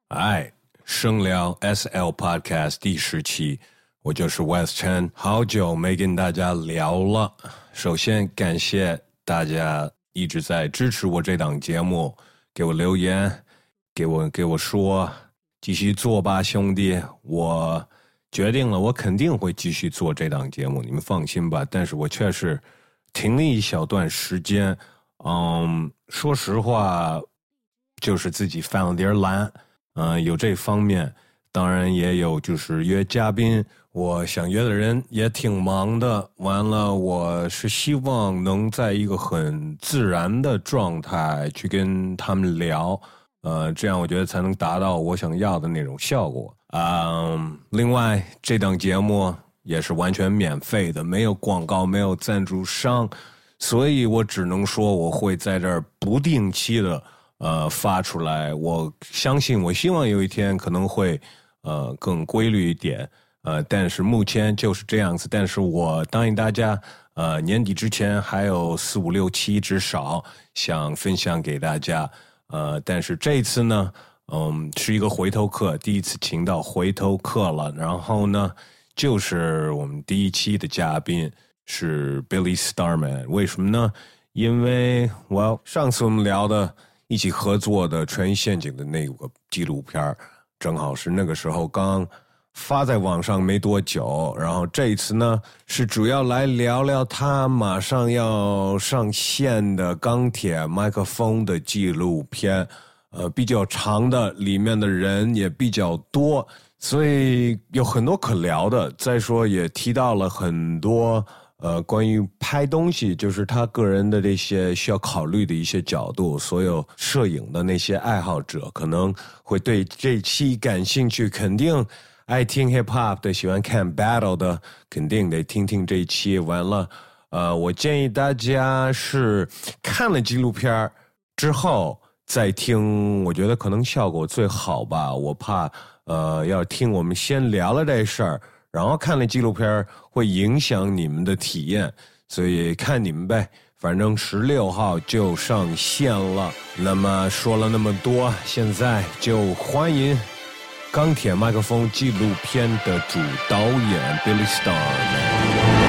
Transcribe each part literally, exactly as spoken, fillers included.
哎，声聊 S L Podcast 第十期，我就是 West Chen， 好久没跟大家聊了。首先感谢大家一直在支持我这档节目，给我留言，给我给我说，继续做吧，兄弟。我决定了，我肯定会继续做这档节目，你们放心吧。但是我确实停了一小段时间，嗯，说实话，就是自己犯了点懒。嗯、呃，有这方面，当然也有就是约嘉宾，我想约的人也挺忙的。完了，我是希望能在一个很自然的状态去跟他们聊，呃，这样我觉得才能达到我想要的那种效果。嗯，另外这档节目也是完全免费的，没有广告，没有赞助商，所以我只能说我会在这儿不定期的。呃，发出来，我相信，我希望有一天可能会，呃，更规律一点，呃，但是目前就是这样子。但是我答应大家，呃，年底之前还有四五六期至少想分享给大家，呃，但是这一次呢，嗯，是一个回头客，第一次请到回头客了。然后呢，就是我们第一期的嘉宾是 Billy Starman， 为什么呢？因为我上次我们聊的。一起合作的《穿越陷阱》的那个纪录片，正好是那个时候刚发在网上没多久。然后这一次呢，是主要来聊聊他马上要上线的《钢铁麦克风》的纪录片，呃，比较长的，里面的人也比较多，所以有很多可聊的。再说也提到了很多。呃，关于拍东西，就是他个人的这些需要考虑的一些角度，所有摄影的那些爱好者可能会对这期感兴趣，肯定爱听 hip hop 的，喜欢看 battle 的，肯定得听听这一期。完了，呃，我建议大家是看了纪录片之后再听，我觉得可能效果最好吧。我怕呃要听我们先聊了这事儿。然后看了纪录片会影响你们的体验，所以看你们呗。反正十六号就上线了。那么说了那么多，现在就欢迎《钢铁麦克风》纪录片的主导演 Billy Starman。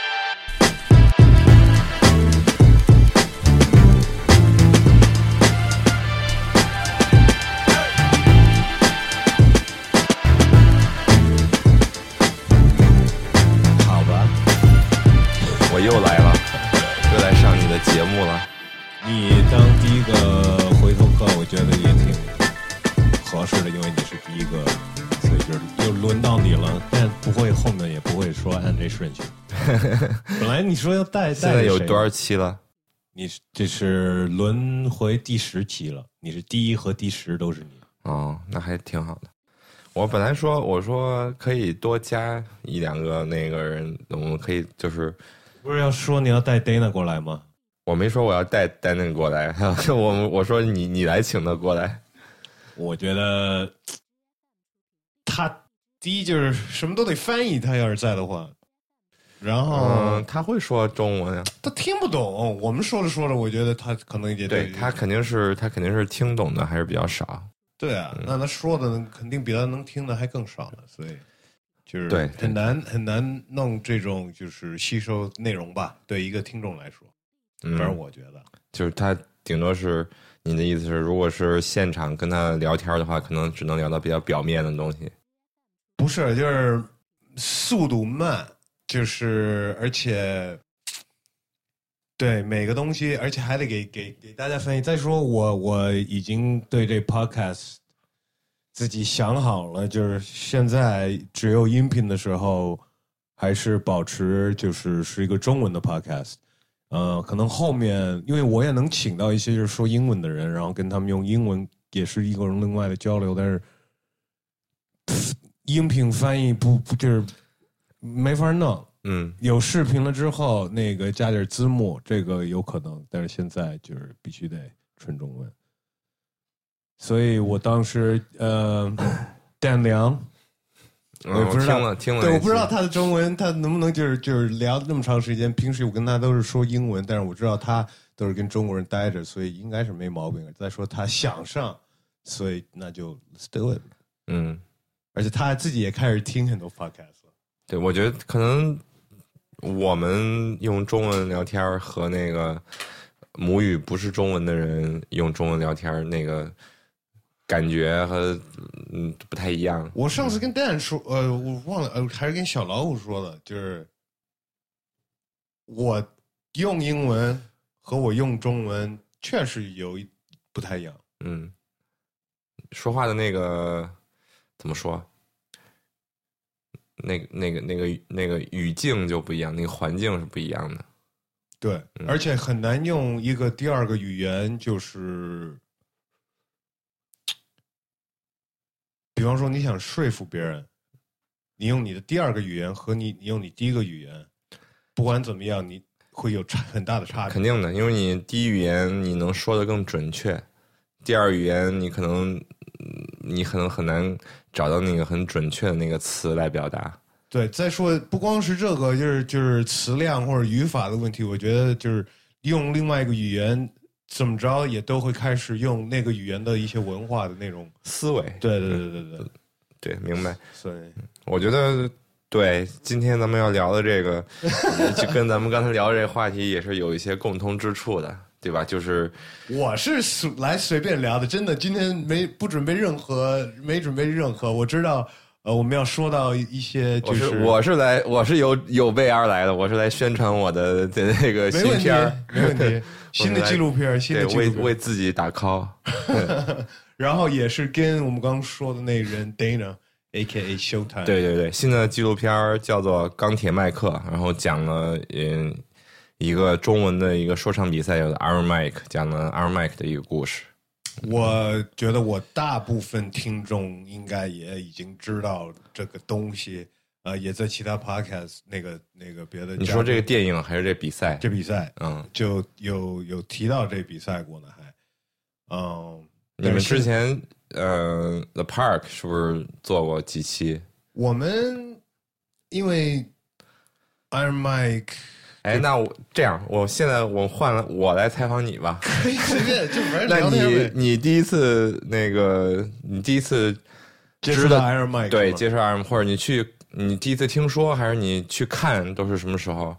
你当第一个回头客，我觉得也挺合适的，因为你是第一个，所以就就轮到你了。但不会后面也不会说按这顺序。本来你说要带带现在有多少期了？ 你这是轮回第十期了，你是第一和第十都是你。 哦，那还挺好的。我本来说我说可以多加一两个那个人，我们可以就是不是要说你要带 Dana 过来吗？ 我没说我要带丹丹过来，我我说你你来请他过来。 我觉得他第一就是什么都得翻译，他要是在的话，然后、 嗯、他会说中文呀， 他听不懂。我们说着说着，我觉得他可能也对他肯定是他肯定是听懂的还是比较少。 对啊，嗯、那他说的肯定比他能听的还更少呢，所以就是对很难很难弄这种就是吸收内容吧，对一个听众来说。反正我觉得、嗯、 就是他顶多是你的意思是，如果是现场跟他聊天的话，可能只能聊到比较表面的东西。 不是，就是速度慢，就是而且对每个东西，而且还得给给给大家翻译。再说我我已经对这 podcast 自己想好了，就是现在只有音频的时候，还是保持就是是一个中文的 podcast。呃，可能后面因为我也能请到一些就是说英文的人，然后跟他们用英文也是一个另外的交流，但是音频翻译不不就是没法弄。 嗯， 有视频了之后，那个加点字幕，这个有可能，但是现在就是必须得纯中文。所以我当时呃，Dan Liang。我也不知道， 听了听了， 对，我不知道他的中文，他能不能就是就是聊那么长时间。平时我跟他都是说英文，但是我知道他都是跟中国人待着，所以应该是没毛病。再说他想上所以那就 let's do it。 嗯， 而且他自己也开始听很多 podcast 了。 对，我觉得可能我们用中文聊天和那个母语不是中文的人用中文聊天，那个感觉和嗯不太一样。 我上次跟 Dan 说，呃，我忘了，呃，还是跟小老虎说的，就是我用英文和我用中文确实有一不太一样。 嗯，说话的那个怎么说？那个、那个、那个、那个语境就不一样，那个环境是不一样的。 对， 嗯、 而且很难用一个第二个语言，就是比方说你想说服别人，你用你的第二个语言和你你用你第一个语言，不管怎么样，你会有差很大的差别。 肯定的，因为你第一语言你能说得更准确，第二语言你可能你可能很难找到那个很准确的那个词来表达。 对，再说不光是这个，就是就是词量或者语法的问题，我觉得就是用另外一个语言怎么着也都会开始用那个语言的一些文化的那种思维。 对对对对对对，明白。 所以我觉得对今天咱们要聊的这个就跟咱们刚才聊的这个话题也是有一些共通之处的，对吧？就是我是来随便聊的，真的，今天没不准备任何，没准备任何。我知道，呃，我们要说到一些，就是我是我是来我是有有备而来的，我是来宣传我的这这个新片儿， 没问题，新的纪录片，新的纪录片， 为为自己打 call， 然后也是跟我们刚刚说的那人 Dana。A K A Showtime， 对对对，新的纪录片叫做《钢铁麦克》，然后讲了嗯一个中文的一个说唱比赛，叫做 Iron Mike， 讲了 Iron Mike 的一个故事。 我觉得我大部分听众应该也已经知道这个东西，呃，也在其他 podcast 那个那个别的。 你说这个电影还是这比赛？ 这比赛， 嗯， 就有有提到这比赛过呢，还，嗯， 你们之前。呃 ，The Park 是不是做过几期？ 我们因为 Iron Mike， 哎，那我这样，我现在我换了，我来采访你吧。 可以随便，就反正那聊天呗。 你你第一次那个，你第一次接触到 Iron Mike， 对，接触 Iron， 或者你去，你第一次听说，还是你去看，都是什么时候？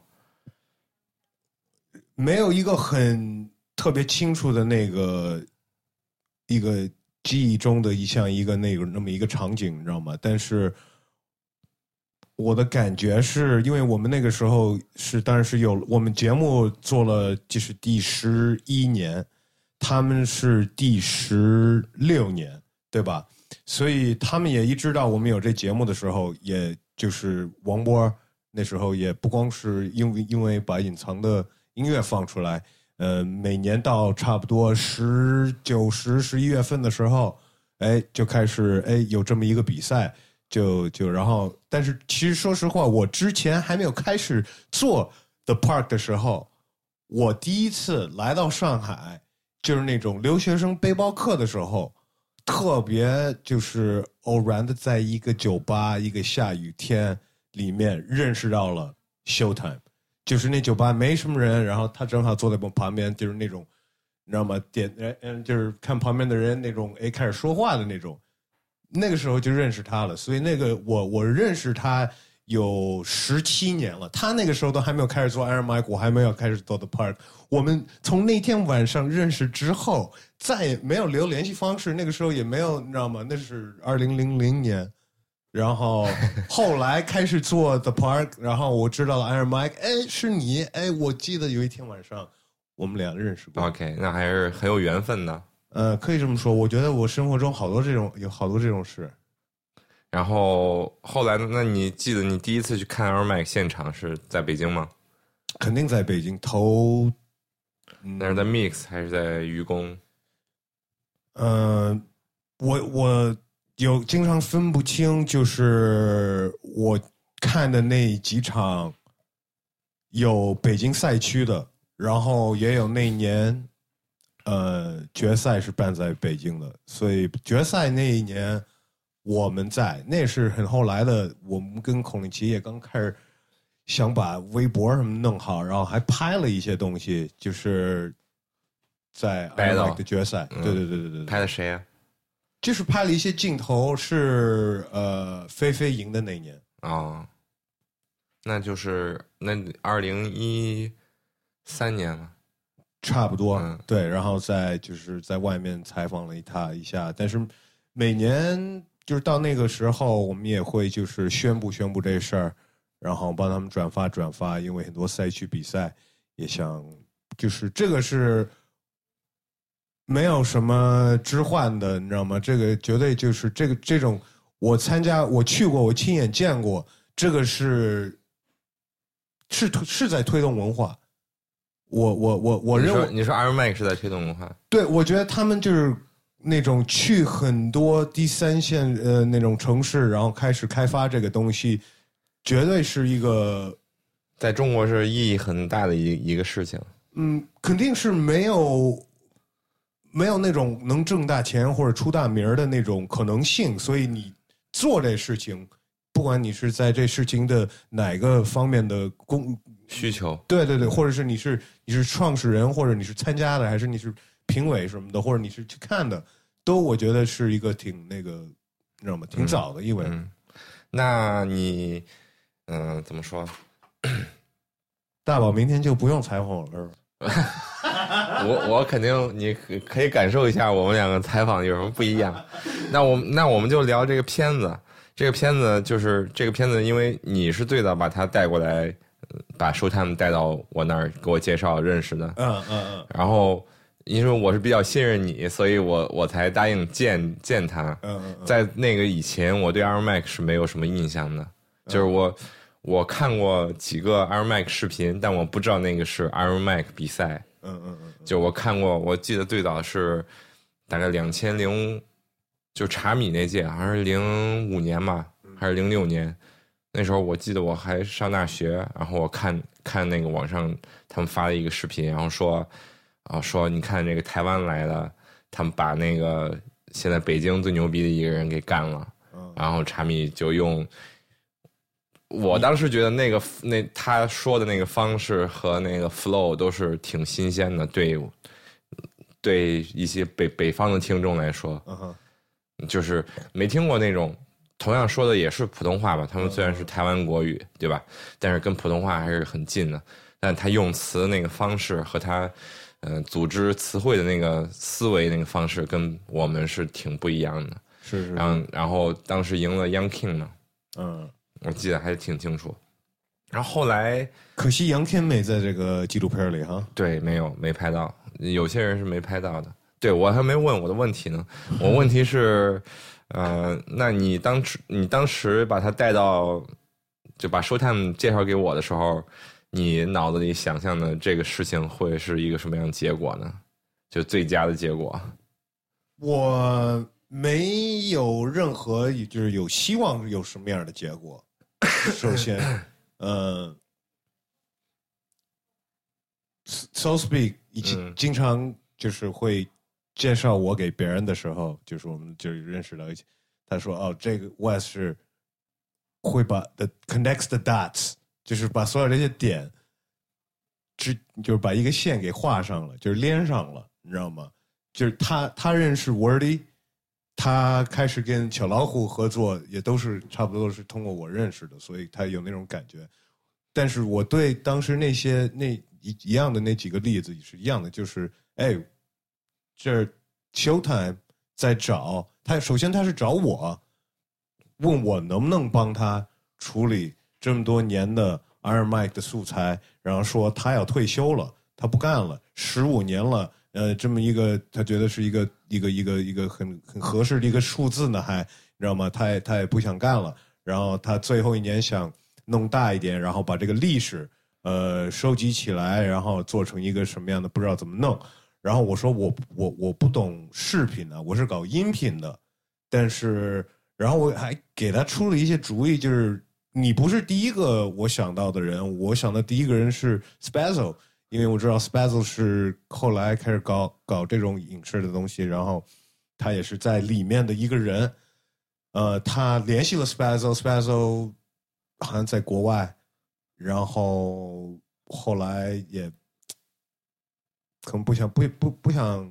没有一个很特别清楚的那个一个。记忆中的一像一个那个那么一个场景，你知道吗？但是我的感觉是，因为我们那个时候是，当然是有我们节目做了，就是第十一年，他们是第十六年，对吧？所以他们也一知道我们有这节目的时候，也就是王波那时候也不光是因为因为把隐藏的音乐放出来。呃，每年到差不多十九、十、十一月份的时候，哎，就开始哎有这么一个比赛，就就然后，但是其实说实话，我之前还没有开始做 The Park 的时候，我第一次来到上海，就是那种留学生背包客的时候，特别就是偶然的在一个酒吧，一个下雨天里面认识到了 Showtime。就是那酒吧没什么人，然后他正好坐在我旁边，就是那种，你知道吗？点嗯，就是看旁边的人那种，哎，开始说话的那种。那个时候就认识他了，所以那个我我认识他有十七年了。他那个时候都还没有开始做 Iron Mike， 我还没有开始做 The Park。我们从那天晚上认识之后，再也没有留联系方式。那个时候也没有，你知道吗？那是二零零零年。然后后来开始做 The Park， 然后我知道了 Iron Mike， 哎，是你，哎，我记得有一天晚上我们俩认识过。 OK， 那还是很有缘分的。 呃，可以这么说，我觉得我生活中好多这种有好多这种事。 然后后来呢？那你记得你第一次去看 Iron Mike 现场是在北京吗？ 肯定在北京。头， 嗯、那是在 Mix 还是在愚公？ 呃，我我。有经常分不清，就是我看的那几场，有北京赛区的，然后也有那年，呃，决赛是办在北京的，所以决赛那一年我们在，那是很后来的，我们跟孔令奇也刚开始想把微博什么弄好，然后还拍了一些东西，就是在 Iron Mike 的决赛， 嗯、 对对对对对， 拍的谁啊？ 就是拍了一些镜头是呃菲菲赢的那年啊、哦，那就是那二零一三年了， 差不多、 嗯、 对，然后在就是在外面采访了他一下，但是每年就是到那个时候，我们也会就是宣布宣布这事儿，然后帮他们转发转发，因为很多赛区比赛也想，就是这个是没有什么置换的，你知道吗？这个绝对就是这个这种，我参加我去过，我亲眼见过，这个是是是在推动文化。我我我我认为你说 Iron Mike 是在推动文化， 对，我觉得他们就是那种去很多第三线呃那种城市，然后开始开发这个东西，绝对是一个在中国是意义很大的一一个事情。 嗯，肯定是没有没有那种能挣大钱或者出大名的那种可能性，所以你做这事情，不管你是在这事情的哪个方面的公需求， 对对对，或者是你是你是创始人，或者你是参加的，还是你是评委什么的，或者你是去看的，都我觉得是一个挺那个，你知道吗？挺早的，因为、 嗯嗯、那你嗯、呃、怎么说？ 大宝明天就不用采访我了，是吧？ 我我肯定你可以感受一下我们两个采访有什么不一样。那我那我们就聊这个片子，这个片子就是这个片子，因为你是最早把它带过来，把 Showtime 带到我那儿给我介绍认识的。 嗯嗯嗯。 然后因为我是比较信任你，所以我我才答应见见他。 嗯嗯。 在那个以前，我对 Iron Mike 是没有什么印象的，就是我。嗯我看过几个 Iron Mike 视频，但我不知道那个是 Iron Mike 比赛。 嗯嗯嗯。 就我看过，我记得最早是大概两千零，就查米那届，好像是零五年吧，还是零六年。那时候我记得我还上大学，然后我看看那个网上他们发了一个视频，然后说啊说你看这个台湾来的，他们把那个现在北京最牛逼的一个人给干了，然后查米就用。我当时觉得那个那他说的那个方式和那个 flow 都是挺新鲜的，对，对一些北北方的听众来说， uh-huh. 就是没听过那种同样说的也是普通话吧，他们虽然是台湾国语， uh-huh. 对吧？但是跟普通话还是很近的，但他用词那个方式和他嗯、呃、组织词汇的那个思维那个方式跟我们是挺不一样的。 是是。 然后然后当时赢了 Young King 嘛， 嗯。 我记得还挺清楚，然后后来可惜杨天没在这个纪录片里哈。 对，没有没拍到，有些人是没拍到的。对，我还没问我的问题呢，我问题是，呃，那你当时你当时把他带到，就把 Showtime 介绍给我的时候，你脑子里想象的这个事情会是一个什么样的结果呢？就最佳的结果？ 我没有任何就是有希望有什么样的结果。首先，呃 ，So Speak 以及经常就是会介绍我给别人的时候，就是我们就认识了一起。他说：“哦，这个 Wes 是会把 the connects the dots， 就是把所有这些点，只就是把一个线给画上了，就是连上了，你知道吗？就是他他认识 Wordy。”他开始跟小老虎合作，也都是差不多都是通过我认识的，所以他有那种感觉。但是我对当时那些那一一样的那几个例子也是一样的，就是哎，这 Showtime 在找他，首先他是找我，问我能不能帮他处理这么多年的 Iron Mike 的素材，然后说他要退休了，他不干了，十五年了。呃，这么一个，他觉得是一个一个一个一个很很合适的一个数字呢，还你知道吗？他也他也不想干了，然后他最后一年想弄大一点，然后把这个历史呃收集起来，然后做成一个什么样的，不知道怎么弄。然后我说我我我不懂视频的，我是搞音频的，但是然后我还给他出了一些主意，就是你不是第一个我想到的人，我想的第一个人是 Spazzo。因为我知道 Spazzo 是后来开始搞搞这种影视的东西，然后他也是在里面的一个人。呃，他联系了 Spazzo，Spazzo 好像在国外，然后后来也可能不想不不不想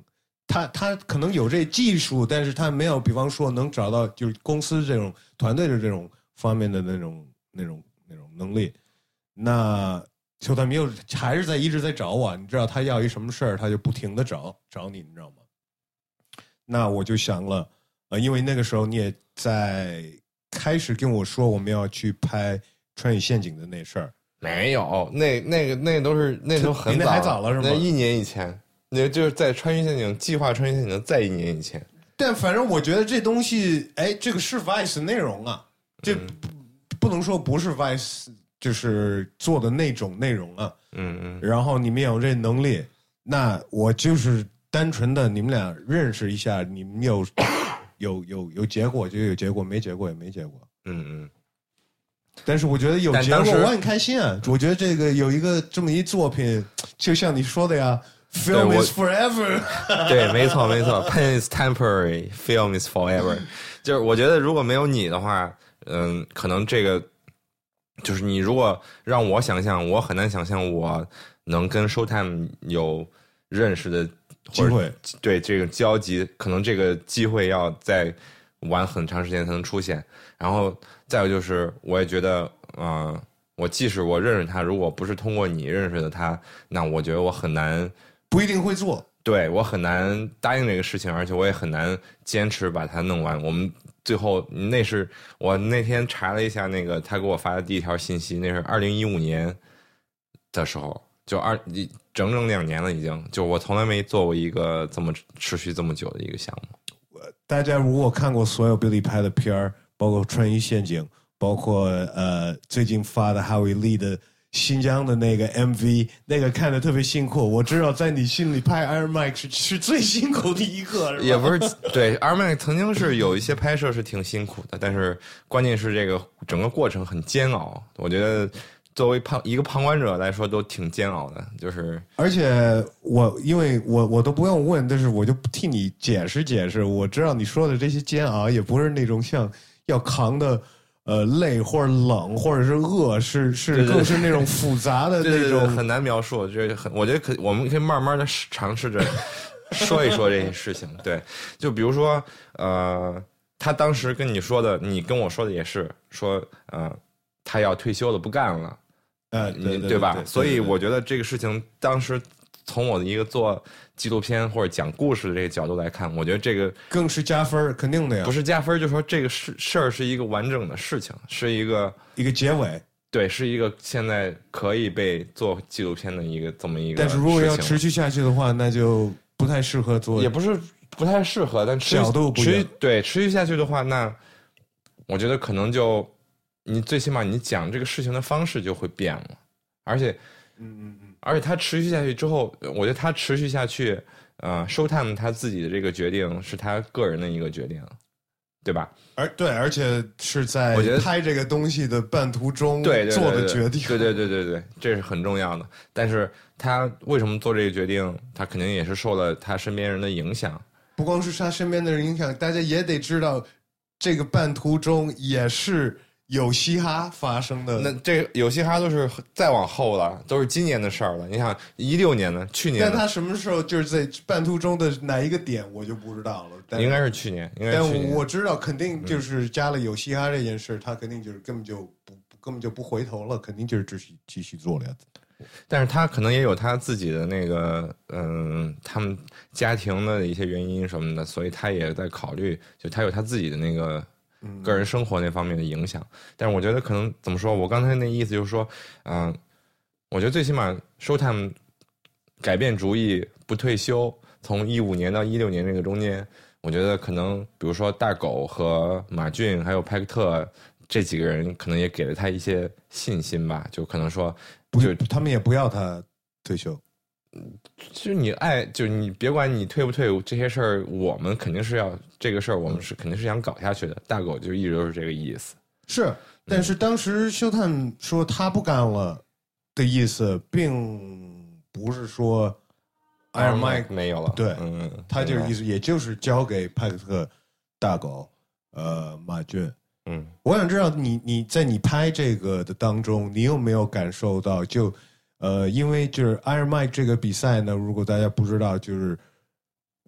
他他可能有这技术，但是他没有，比方说能找到就是公司这种团队的这种方面的那种那种那种能力。那就他没有，还是在一直在找我。你知道他要一什么事儿，他就不停的找找你，你知道吗？那我就想了，呃，因为那个时候你也在开始跟我说我们要去拍《穿越陷阱》的那事儿。 没有，那那个那都是那时候很早， 那还早了是吗？ 那一年以前，那就是在穿越陷阱计划穿越陷阱再一年以前。 但反正我觉得这东西，哎，这个是 Vice 内容啊，这、嗯、不能说不是 Vice， 就是做的那种内容啊。 嗯嗯。 然后你们有这能力，那我就是单纯的你们俩认识一下，你们有有有有结果就有结果，没结果也没结果。 嗯嗯。 但是我觉得有结果我很开心啊！我觉得这个有一个这么一作品，就像你说的呀 ，Film is forever 。 对，没错没错 ，Pen is temporary, film is forever。就是我觉得如果没有你的话，嗯，可能这个就是你如果让我想象，我很难想象我能跟 Showtime 有认识的机会， 对这个交集，可能这个机会要再晚很长时间才能出现。然后再有就是，我也觉得，嗯、呃，我即使我认识他，如果不是通过你认识的他，那我觉得我很难， 不一定会做。 对，我很难答应这个事情，而且我也很难坚持把它弄完。我们最后那是我那天查了一下，那个他给我发的第一条信息，那是二零一五年的时候，就二整整两年了，已经。就我从来没做过一个这么持续这么久的一个项目。 大家如果看过所有 Billy 拍的片儿，包括《穿越陷阱》，包括呃最近发的哈维利的新疆的那个 M V， 那个看得特别辛苦。我知道在你心里拍 Iron Mike 是是最辛苦的一个， 也不是对 Iron Mike 曾经是有一些拍摄是挺辛苦的，但是关键是这个整个过程很煎熬。我觉得作为旁一个旁观者来说都挺煎熬的，就是而且我因为我我都不用问，但是我就替你解释解释。我知道你说的这些煎熬也不是那种像要扛的。呃，累或者冷或者是饿，是是对对对更是那种复杂的那种， 对对对很难描述。这很，我觉得可我们可以慢慢的尝试着说一说这些事情。对，就比如说，呃，他当时跟你说的，你跟我说的也是说，呃，他要退休了，不干了， 呃，对对对对吧？ 对对对对所以我觉得这个事情当时。从我的一个做纪录片或者讲故事的这个角度来看，我觉得这个更是加分，肯定的呀。 不是加分，就是说这个事事儿是一个完整的事情，是一个一个结尾。 对，是一个现在可以被做纪录片的一个这么一个。 但是如果要持续下去的话，那就不太适合做。 也不是不太适合，但持角度不持续对持续下去的话，那我觉得可能就你最起码你讲这个事情的方式就会变了，而且。 嗯嗯嗯， 而且他持续下去之后，我觉得他持续下去，呃 ，Showtime 他自己的这个决定是他个人的一个决定，对吧？ 而对，而且是在我觉得拍这个东西的半途中对做的决定， 对对对对对，这是很重要的。但是他为什么做这个决定？他肯定也是受了他身边人的影响。 不光是他身边的人影响，大家也得知道，这个半途中也是。有嘻哈发生的， 那这有嘻哈都是再往后了，都是今年的事儿了。你想一六年的，去年的， 但他什么时候就是在半途中的哪一个点，我就不知道了。 应该是去年，应该是去年。 但我知道，肯定就是加了有嘻哈这件事，嗯、他肯定就是根本就不根本就不回头了，肯定就是继续继续做了呀。 但是他可能也有他自己的那个，嗯，他们家庭的一些原因什么的，所以他也在考虑，就他有他自己的那个。个人生活那方面的影响，但是我觉得可能怎么说？我刚才那意思就是说，嗯、呃，我觉得最起码 Showtime 改变主意不退休，从一五年到一六年这个中间，我觉得可能比如说大狗和马俊还有派克特这几个人，可能也给了他一些信心吧，就可能说，就他们也不要他退休。 就是你爱，就是你别管你退不退这些事儿，我们肯定是要这个事儿，我们是肯定是想搞下去的。大狗就一直都是这个意思。 是，但是当时休探说他不干了的意思，并不是说 Iron Mike 没有了。 对， 嗯， 他这个意思也就是交给派克特、大狗、呃马俊。 嗯， 我想知道你你在你拍这个的当中，你有没有感受到就？呃，因为就是 Iron Mike 这个比赛呢，如果大家不知道，就是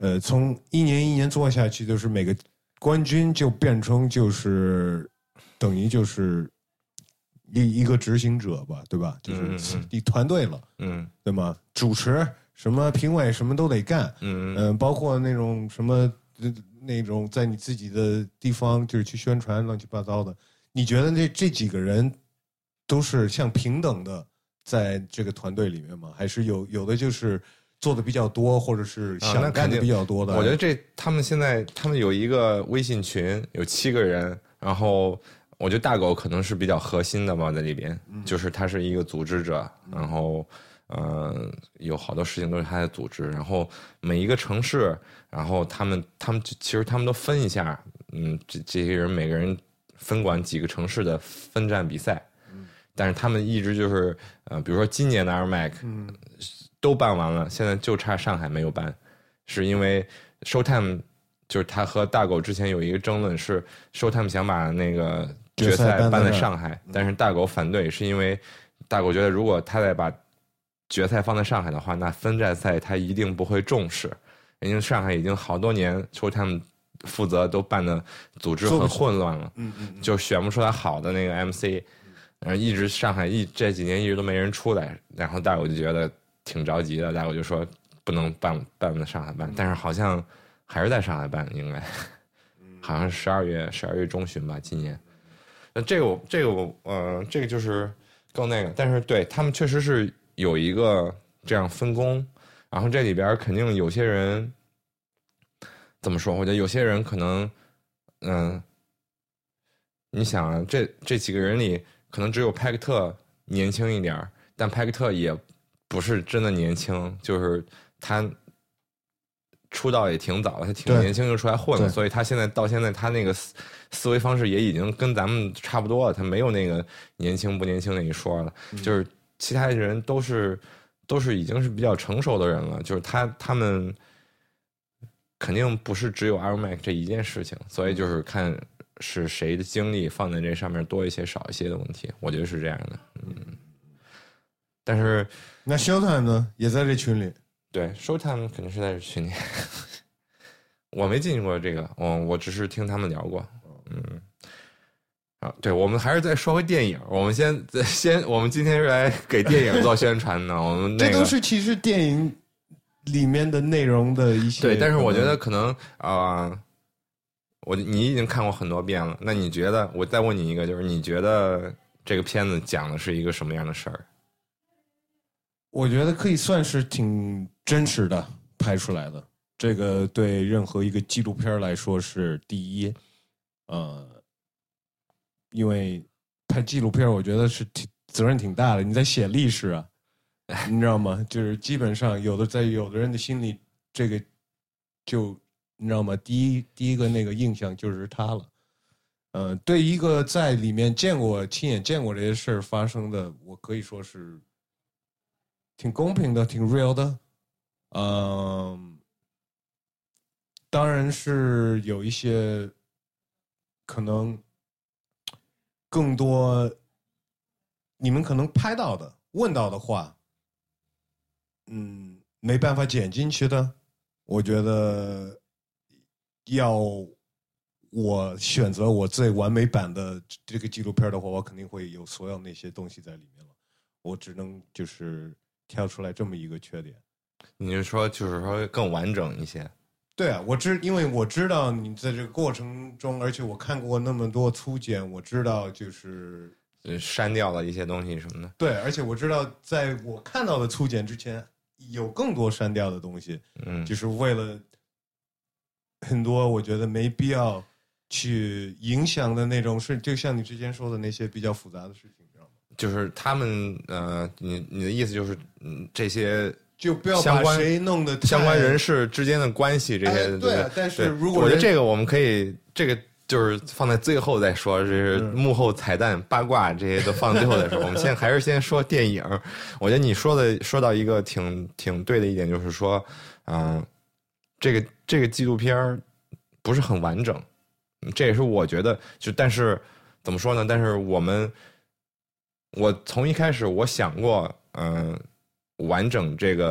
呃，从一年一年做下去，就是每个冠军就变成就是等于就是一一个执行者吧，对吧？就是一团队了， 嗯， 对吗？主持什么评委什么都得干， 嗯嗯、呃，包括那种什么那种在你自己的地方就是去宣传乱七八糟的。你觉得这这几个人都是像平等的在这个团队里面吗？还是有有的就是做的比较多，或者是想干的比较多的？ 啊、我觉得这他们现在他们有一个微信群，有七个人，然后我觉得大狗可能是比较核心的吧，在里边，嗯、就是他是一个组织者，然后呃有好多事情都是他在组织，然后每一个城市，然后他们他们其实他们都分一下，嗯，这这些人每个人分管几个城市的分站比赛，嗯、但是他们一直就是呃，比如说今年的 Air Mac，嗯。都办完了，现在就差上海没有办，是因为 Showtime 就是他和大狗之前有一个争论，是 Showtime 想把那个决赛办在上海，但是大狗反对，是因为大狗觉得如果他再把决赛放在上海的话，那分站赛他一定不会重视，因为上海已经好多年 Showtime 负责都办的组织很混乱了， 嗯嗯， 就选不出来好的那个 M C， 然后一直上海一这几年一直都没人出来，然后大狗就觉得挺着急的，大狗就说不能办办在上海办，但是好像还是在上海办，应该好像是十二月十二月中旬吧，今年。那这个这个我呃这个就是更那个，但是对他们确实是有一个这样分工，然后这里边肯定有些人怎么说？我觉得有些人可能嗯、呃，你想啊，这这几个人里可能只有派克特年轻一点，但派克特也不是真的年轻，就是他出道也挺早的，他挺年轻就出来混了，所以他现在到现在他那个思思维方式也已经跟咱们差不多了，他没有那个年轻不年轻那一说了，嗯、就是其他人都是都是已经是比较成熟的人了，就是他他们肯定不是只有 Air Mac 这一件事情，所以就是看是谁的精力放在这上面多一些少一些的问题，我觉得是这样的，嗯。但是那 Showtime 呢，也在这群里。 对 ，Showtime 肯定是在这群里。我没进过这个，我我只是听他们聊过。嗯，啊，对，我们还是再说回电影。我们先先，我们今天是来给电影做宣传的。我们、那个、 这都是其实电影里面的内容的一些。 对，但是我觉得可能啊、呃，我你已经看过很多遍了，那你觉得？我再问你一个，就是你觉得这个片子讲的是一个什么样的事儿？ 我觉得可以算是挺真实的拍出来的，这个对任何一个纪录片来说是第一，呃，因为拍纪录片我觉得是挺责任挺大的，你在写历史啊，你知道吗？就是基本上有的在有的人的心里，这个就你知道吗？第一第一个那个印象就是他了，呃，对一个在里面见过亲眼见过这些事儿发生的，我可以说是挺公平的，挺 real 的，嗯，当然是有一些可能更多你们可能拍到的、问到的话，嗯，没办法剪进去的，我觉得要我选择我最完美版的这个纪录片的话，我肯定会有所有那些东西在里面了，我只能就是挑出来这么一个缺点。 你就说就是说更完整一些。 对啊，我知，因为我知道你在这个过程中，而且我看过那么多粗剪，我知道就是删掉了一些东西什么的。 对，而且我知道在我看到的粗剪之前，有更多删掉的东西， 嗯， 就是为了很多我觉得没必要去影响的那种事，就像你之前说的那些比较复杂的事情，知道吗？ 就是他们呃，你你的意思就是，嗯，这些就不要把谁弄得相关人士之间的关系这些， 哎、对、啊。但是如果我觉得这个我们可以，这个就是放在最后再说，这是幕后彩蛋、八卦这些都放在最后再说。我们现在还是先说电影。我觉得你说的说到一个挺挺对的一点，就是说，嗯、呃，这个这个纪录片不是很完整，这也是我觉得就但是怎么说呢？但是我们。我从一开始我想过，嗯、呃，完整这个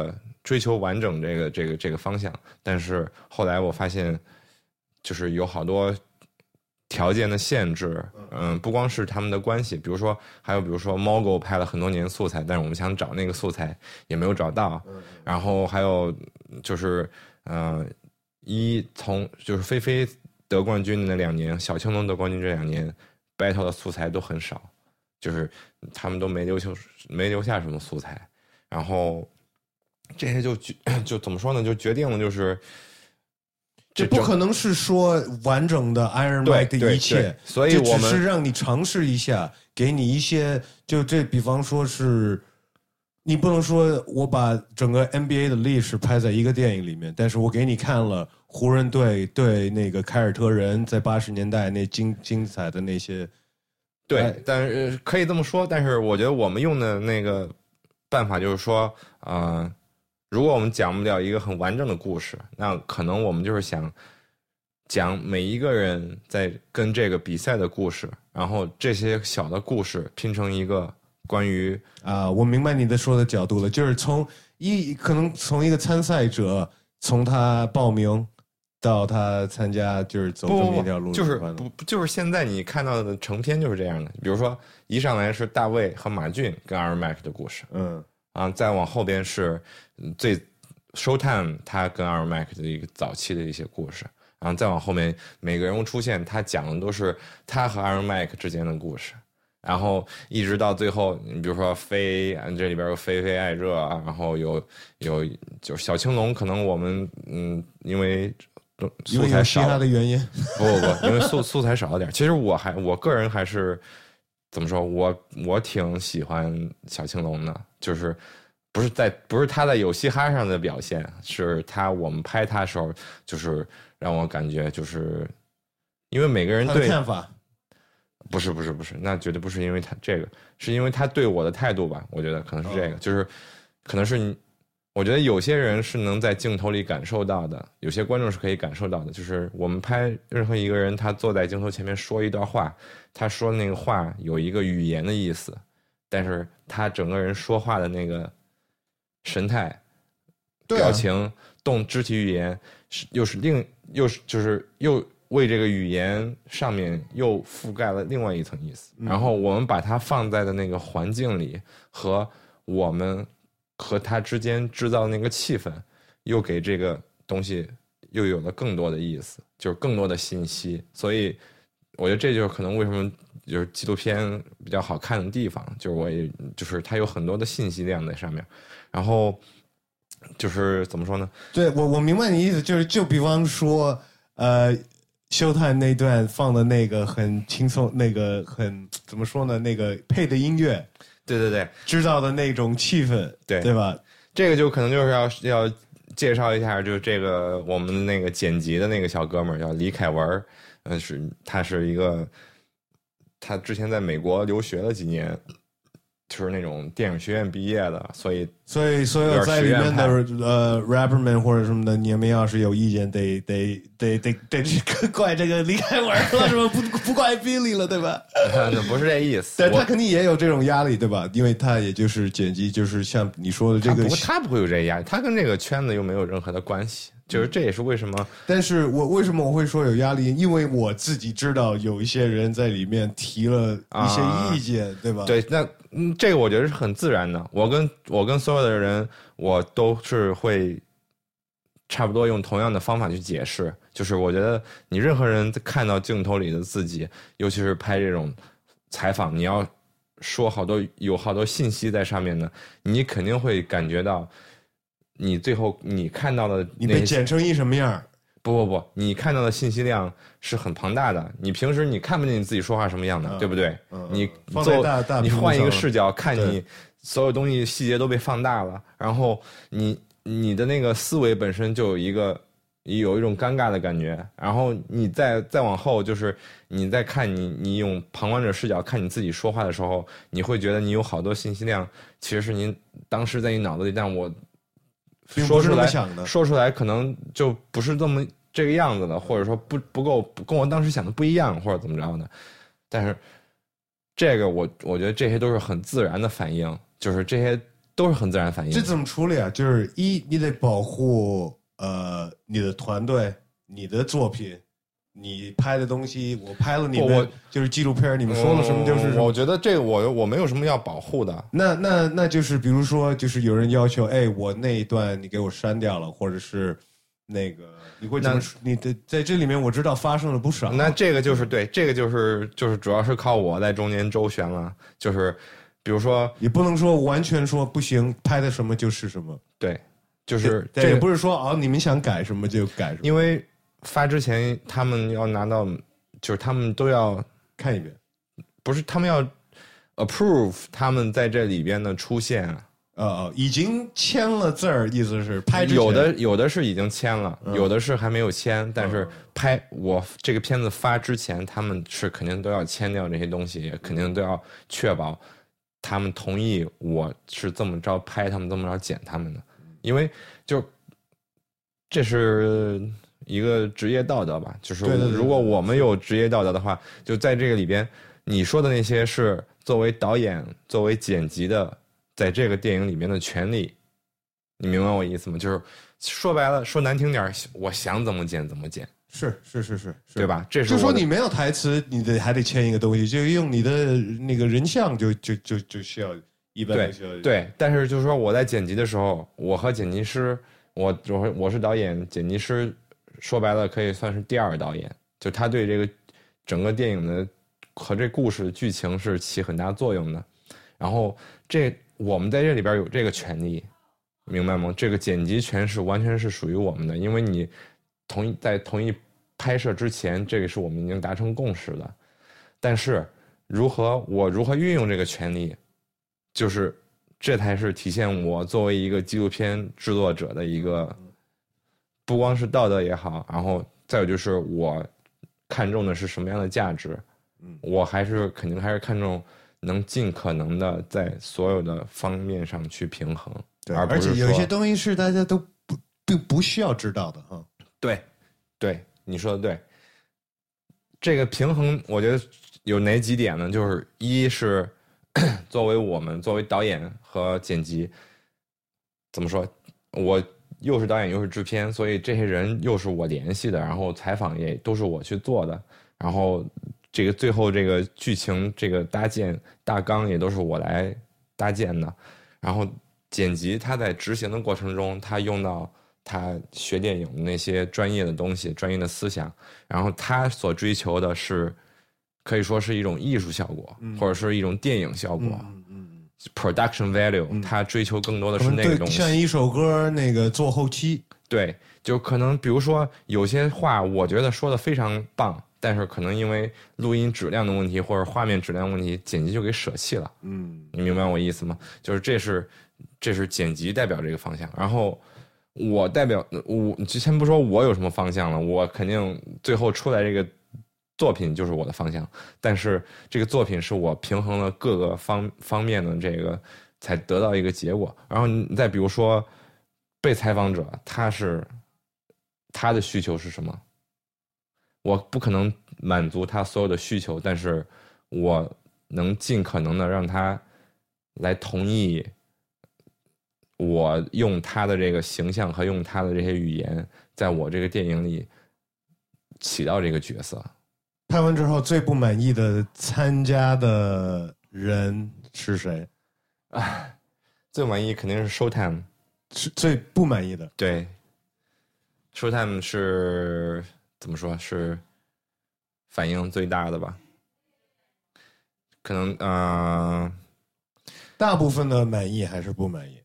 追求完整这个这个这个方向，但是后来我发现，就是有好多条件的限制，嗯，不光是他们的关系，比如说还有比如说猫狗拍了很多年素材，但是我们想找那个素材也没有找到，然后还有就是呃，一从就是菲菲得冠军的那两年，小青龙得冠军这两年 battle 的素材都很少，就是他们都没留下没留下什么素材，然后这些就就怎么说呢，就决定了就是这不可能是说完整的 Iron Mike 的一切， 所以我们只是让你尝试一下，给你一些，就这比方说是，你不能说我把整个 N B A 的历史拍在一个电影里面，但是我给你看了湖人队对那个凯尔特人在八十年代那精精彩的那些， 对，但是可以这么说，但是我觉得我们用的那个办法就是说，呃。如果我们讲不了一个很完整的故事，那可能我们就是想讲每一个人在跟这个比赛的故事，然后这些小的故事拼成一个关于啊，我明白你的说的角度了，就是从一可能从一个参赛者从他报名到他参加，就是走这么一条路， 不就是不就是现在你看到的成片就是这样的，比如说一上来是大卫和马俊跟 Iron Mike 的故事， 嗯。 啊，再往后边是最 Showtime 他跟 Iron Mike 的一个早期的一些故事，然后再往后面每个人物出现，他讲的都是他和 Iron Mike 之间的故事，然后一直到最后，你比如说飞，这里边有飞飞爱热，然后有有就是小青龙，可能我们嗯因为素材少他的原因， 不不不，因为素素材少了点。其实我还我个人还是怎么说，我我挺喜欢小青龙的。就是不是在不是他在有嘻哈上的表现，是他我们拍他的时候，就是让我感觉就是因为每个人对他的看法， 不是不是不是，那绝对不是因为他这个，是因为他对我的态度吧？我觉得可能是这个，哦、就是可能是你，我觉得有些人是能在镜头里感受到的，有些观众是可以感受到的，就是我们拍任何一个人，他坐在镜头前面说一段话，他说那个话有一个语言的意思。但是他整个人说话的那个神态、 对啊、 表情、动肢体语言，是又是另又是就是又为这个语言上面又覆盖了另外一层意思。嗯、然后我们把它放在的那个环境里，和我们和他之间制造的那个气氛，又给这个东西又有了更多的意思，就是更多的信息。所以我觉得这就是可能为什么。就是纪录片比较好看的地方，就是我也就是它有很多的信息量在上面，然后就是怎么说呢？ 对我我明白你意思，就是就比方说，呃，休探那段放的那个很轻松，那个很怎么说呢？那个配的音乐， 对对对， 制造的那种气氛， 对对吧？ 这个就可能就是要要介绍一下，就是这个我们那个剪辑的那个小哥们儿叫李凯文，嗯，是他是一个。他之前在美国留学了几年，就是那种电影学院毕业的，所以所以所有在里面的呃 rapper 们或者什么的，你们要是有意见，得得得得得得怪这个李凯文了，是吧？不不怪 Billy 了，对吧？ 那不是这意思， 但他肯定也有这种压力，对吧？因为他也就是剪辑，就是像你说的这个， 他不他不会有这压力，他跟这个圈子又没有任何的关系。就是这也是为什么， 但是我为什么我会说有压力？因为我自己知道有一些人在里面提了一些意见，啊、对吧？ 对，那嗯，这个我觉得是很自然的。我跟我跟所有的人，我都是会差不多用同样的方法去解释。就是我觉得你任何人看到镜头里的自己，尤其是拍这种采访，你要说好多有好多信息在上面呢，你肯定会感觉到。你最后你看到的你被剪成一什么样？ 不不不，你看到的信息量是很庞大的。你平时你看不见你自己说话什么样的，嗯、对不对？ 嗯、 你放在大大你换一个视角看你，所有东西细节都被放大了，然后你你的那个思维本身就有一个有一种尴尬的感觉，然后你再再往后就是你再看你你用旁观者视角看你自己说话的时候，你会觉得你有好多信息量，其实是您当时在你脑子里，但我。说出来，说出来可能就不是这么这个样子了，或者说不不够跟我当时想的不一样，或者怎么着的。但是这个我我觉得这些都是很自然的反应，就是这些都是很自然反应。 这怎么处理啊？就是一，你得保护呃你的团队、你的作品、你拍的东西，我拍了你们就是纪录片，你们说了什么就是什么。 我觉得这个我我没有什么要保护的。 那那那就是比如说，就是有人要求，哎，我那一段你给我删掉了，或者是那个你会怎么？你的在这里面我知道发生了不少。 那这个就是对，这个就是就是主要是靠我在中间周旋了，就是比如说， 也不能说完全说不行，拍的什么就是什么。 对，就是这也不是说啊，你们想改什么就改什么， 因为发之前他们要拿到，就是他们都要看一遍， 不是他们要 approve 他们在这里边的出现啊。 呃，已经签了字儿，意思是拍之前有的有的是已经签了， 嗯、 有的是还没有签，但是拍我这个片子发之前，他们是肯定都要签掉这些东西，也肯定都要确保他们同意我是这么着拍他们，这么着剪他们的，因为就这是一个职业道德吧，就是如果我们有职业道德的话，就在这个里边，你说的那些是作为导演、作为剪辑的。在这个电影里面的权利，你明白我意思吗？就是说白了，说难听点，我想怎么剪怎么剪， 是是是是， 对吧？这是就说你没有台词，你得还得签一个东西，就用你的那个人像就，就就就就需要一般的需要对。但是就是说我在剪辑的时候，我和剪辑师，我我我是导演，剪辑师说白了可以算是第二导演，就他对这个整个电影的和这故事的剧情是起很大作用的。然后这。我们在这里边有这个权利，明白吗？这个剪辑权是完全是属于我们的，因为你同意在同意拍摄之前，这个是我们已经达成共识的。但是如何我如何运用这个权利，就是这才是体现我作为一个纪录片制作者的一个，不光是道德也好，然后再有就是我看重的是什么样的价值，我还是肯定还是看重。能尽可能的在所有的方面上去平衡， 对， 而而且有一些东西是大家都不并不需要知道的哈。 对，对，你说的对。这个平衡，我觉得有哪几点呢？就是一是作为我们作为导演和剪辑，怎么说？我又是导演又是制片，所以这些人又是我联系的，然后采访也都是我去做的，然后。这个最后这个剧情这个搭建大纲也都是我来搭建的，然后剪辑他在执行的过程中，他用到他学电影的那些专业的东西、专业的思想，然后他所追求的是可以说是一种艺术效果，嗯、或者是一种电影效果，嗯嗯嗯 ，production value，、嗯、他追求更多的是那个东西。 像一首歌那个做后期， 对，就可能比如说有些话，我觉得说的非常棒。但是可能因为录音质量的问题或者画面质量问题，剪辑就给舍弃了。嗯，你明白我意思吗？就是这是这是剪辑代表这个方向，然后我代表我，就先不说我有什么方向了，我肯定最后出来这个作品就是我的方向。但是这个作品是我平衡了各个方方面的这个，才得到一个结果。然后你再比如说被采访者，他是他的需求是什么？我不可能满足他所有的需求，但是我能尽可能的让他来同意我用他的这个形象和用他的这些语言，在我这个电影里起到这个角色。 拍完之后最不满意的参加的人是谁？ 啊，最满意肯定是 Showtime， 是最不满意的。 对 ，Showtime 是。怎么说是反应最大的吧？可能呃， 大部分的满意还是不满意？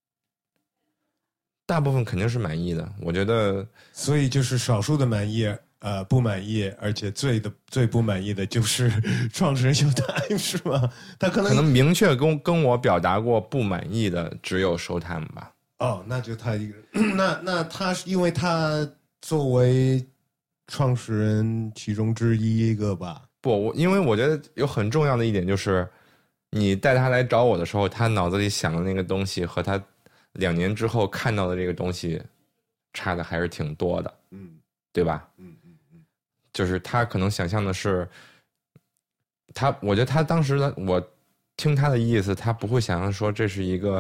大部分肯定是满意的，我觉得。 所以就是少数的满意，呃，不满意，而且最的最不满意的就是创始人Showtime是吗？他可能可能明确跟跟我表达过不满意的只有Showtime吧。 哦，那就他一个，那那他是因为他作为。创始人其中之一个吧？ 不，我因为我觉得有很重要的一点就是，你带他来找我的时候，他脑子里想的那个东西和他两年之后看到的这个东西差的还是挺多的，嗯，对吧？嗯嗯嗯，就是他可能想象的是，他我觉得他当时的我听他的意思，他不会想象说这是一个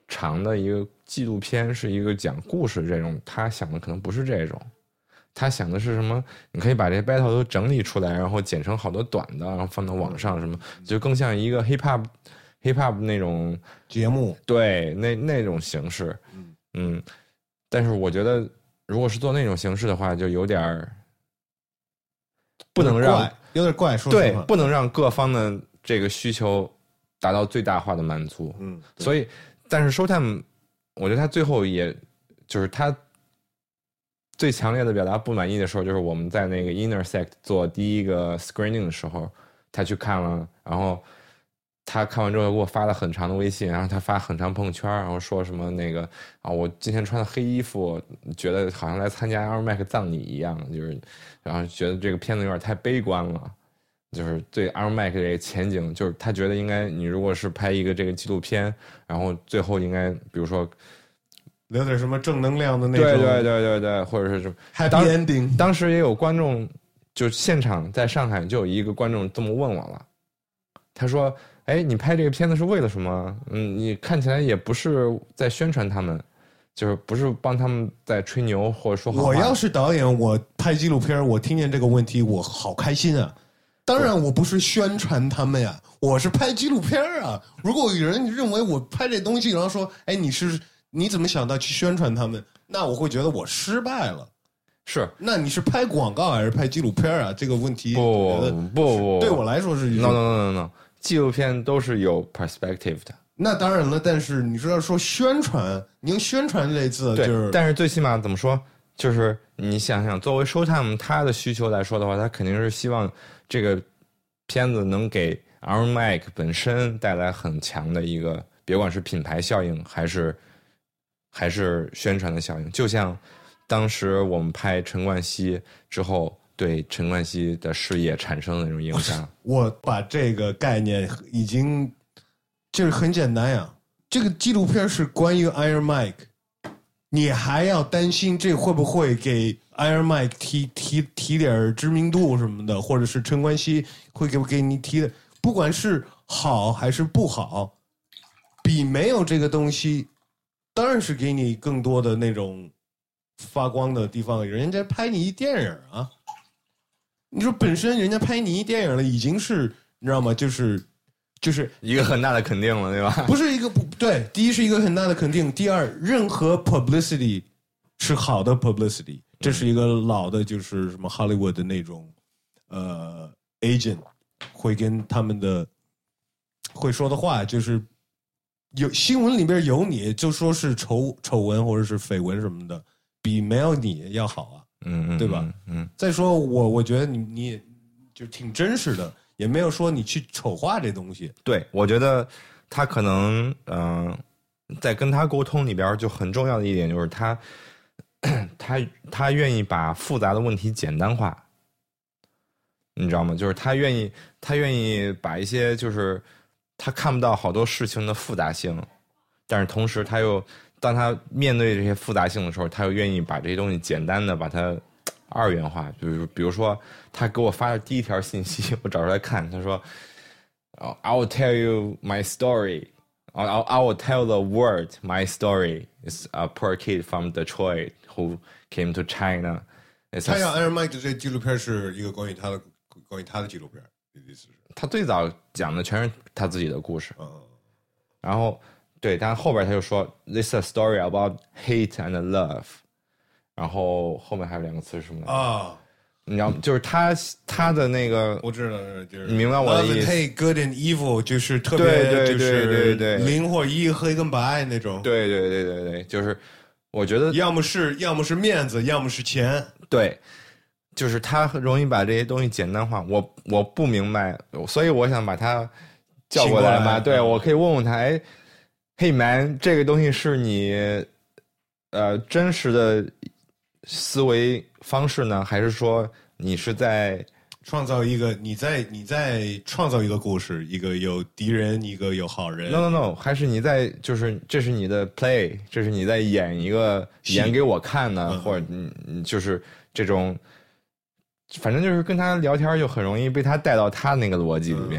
长的一个纪录片，是一个讲故事这种，他想的可能不是这种，他想的是什么？你可以把这些 battle 都整理出来，然后剪成好多短的，然后放到网上，什么就更像一个 hip hop hip hop 那种节目， 对，那那种形式，嗯嗯。但是我觉得，如果是做那种形式的话，就有点不能让有点怪，说对，不能让各方的这个需求达到最大化的满足。 嗯， 所以，但是 Showtime， 我觉得他最后也就是他最强烈的表达不满意的时候，就是我们在那个 Intersect 做第一个 screening 的时候，他去看了，然后他看完之后给我发了很长的微信，然后他发很长朋友圈，然后说什么那个啊，我今天穿的黑衣服，觉得好像来参加 Iron Mac 葬礼一样，就是然后觉得这个片子有点太悲观了。就是对 Iron Mac 这个前景，就是他觉得应该你如果是拍一个这个纪录片，然后最后应该比如说留点什么正能量的那种， 对对对对对，或者是什么 Happy Ending。 当时也有观众，就现场在上海就有一个观众这么问我了，他说：“哎，你拍这个片子是为了什么？嗯，你看起来也不是在宣传他们。”就是不是帮他们在吹牛或者说好话。 我要是导演，我拍纪录片，我听见这个问题，我好开心啊！当然，我不是宣传他们呀，我是拍纪录片啊。如果有人认为我拍这东西，然后说：“哎，你是你怎么想到去宣传他们？”那我会觉得我失败了。 是， 那你是拍广告还是拍纪录片啊？这个问题不不不， 对我来说是 no no no no no， 纪录片都是有 perspective 的。 那当然了，但是你说要说宣传，你用宣传这字，就是， 但是最起码怎么说，就是你想想，作为 Showtime 它的需求来说的话，它肯定是希望这个片子能给 Iron Mac 本身带来很强的一个，别管是品牌效应还是还是宣传的效应。就像当时我们拍陈冠希之后，对陈冠希的事业产生的那种影响。 我把这个概念已经。就是很简单呀，这个纪录片是关于 Iron Mike， 你还要担心这会不会给 Iron Mike 提提提点知名度什么的，或者是陈冠希会给不给你提的，不管是好还是不好，比没有这个东西，当然是给你更多的那种发光的地方。人家拍你一电影啊，你说本身人家拍你一电影了，已经是你知道吗？就是。就是一个很大的肯定了，对吧？ 不是一个不对，第一是一个很大的肯定，第二，任何 publicity 是好的 publicity， 这是一个老的，就是什么 Hollywood 的那种呃 agent 会跟他们的会说的话，就是有新闻里边有你，就说是丑丑闻或者是绯闻什么的，比没有你要好啊， 嗯， 对吧？ 嗯，嗯再说我我觉得你你也就挺真实的。也没有说你去丑化这东西。 对，我觉得他可能，嗯、呃，在跟他沟通里边就很重要的一点就是他，他他愿意把复杂的问题简单化，你知道吗？就是他愿意，他愿意把一些就是他看不到好多事情的复杂性，但是同时他又当他面对这些复杂性的时候，他又愿意把这些东西简单的把它。二元化，就是比如说，他给我发的第一条信息，我找出来看，他说、oh, ：“I will tell you my story. I I will tell the world my story. It's a poor kid from Detroit who came to China.” 他要 Iron Mike 的这纪录片是一个关于他的关于他的纪录片，意思是？ 他最早讲的全是他自己的故事， 嗯， 然后对，但后边他就说 ：“This is a story about hate and love.” 然后后面还有两个词是什么来着？ 啊， 你知道，就是他他的那个， 我知道，就是你明白我的意思。 Hey, good and evil， 就是特别， 对对对对对， 零或一，黑跟白那种。 对对对对对，就是我觉得， 要么是要么是面子，要么是钱。 对，就是他容易把这些东西简单化。我我不明白，所以我想把他叫过来嘛。对，我可以问问他，哎，Hey man， 这个东西是你呃真实的。思维方式呢，还是说你是在创造一个你在你在创造一个故事，一个有敌人，一个有好人 ？No No No， 还是你在就是这是你的 play， 这是你在演一个演给我看呢，嗯、或者嗯就是这种，反正就是跟他聊天就很容易被他带到他那个逻辑里边。 嗯、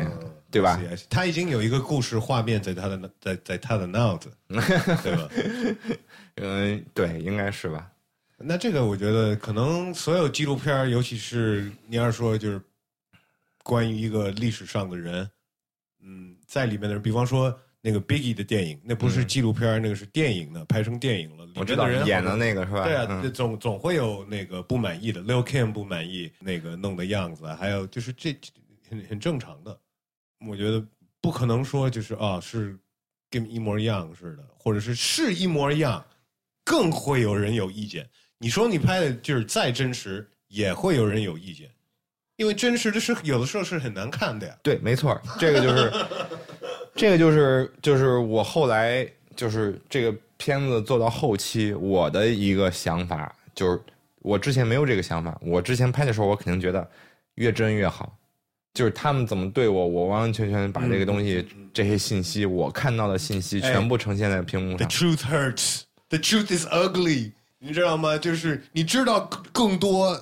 对吧？ 他已经有一个故事画面在他的在在他的脑子，对吧？ 嗯，对，应该是吧。 那这个我觉得可能所有纪录片，尤其是你要说就是关于一个历史上的人，嗯，在里面的人，比方说那个 Biggie 的电影，那不是纪录片，嗯、那个是电影的，拍成电影了。 我知道人演的那个是吧？ 对啊， 嗯、 总总会有那个不满意的 ，Lil Kim 不满意那个弄的样子，还有就是这很很正常的。我觉得不可能说就是啊是跟一模一样似的，或者是是一模一样，更会有人有意见。你说你拍的就是再真实，也会有人有意见，因为真实的是有的时候是很难看的呀。 对，没错，这个就是这个就是就是我后来就是这个片子做到后期，我的一个想法就是，我之前没有这个想法，我之前拍的时候，我肯定觉得越真越好。就是他们怎么对我，我完完全全把这个东西、嗯、这些信息，我看到的信息全部呈现在屏幕上。 The truth hurts. The truth is ugly. 你知道吗？就是你知道更多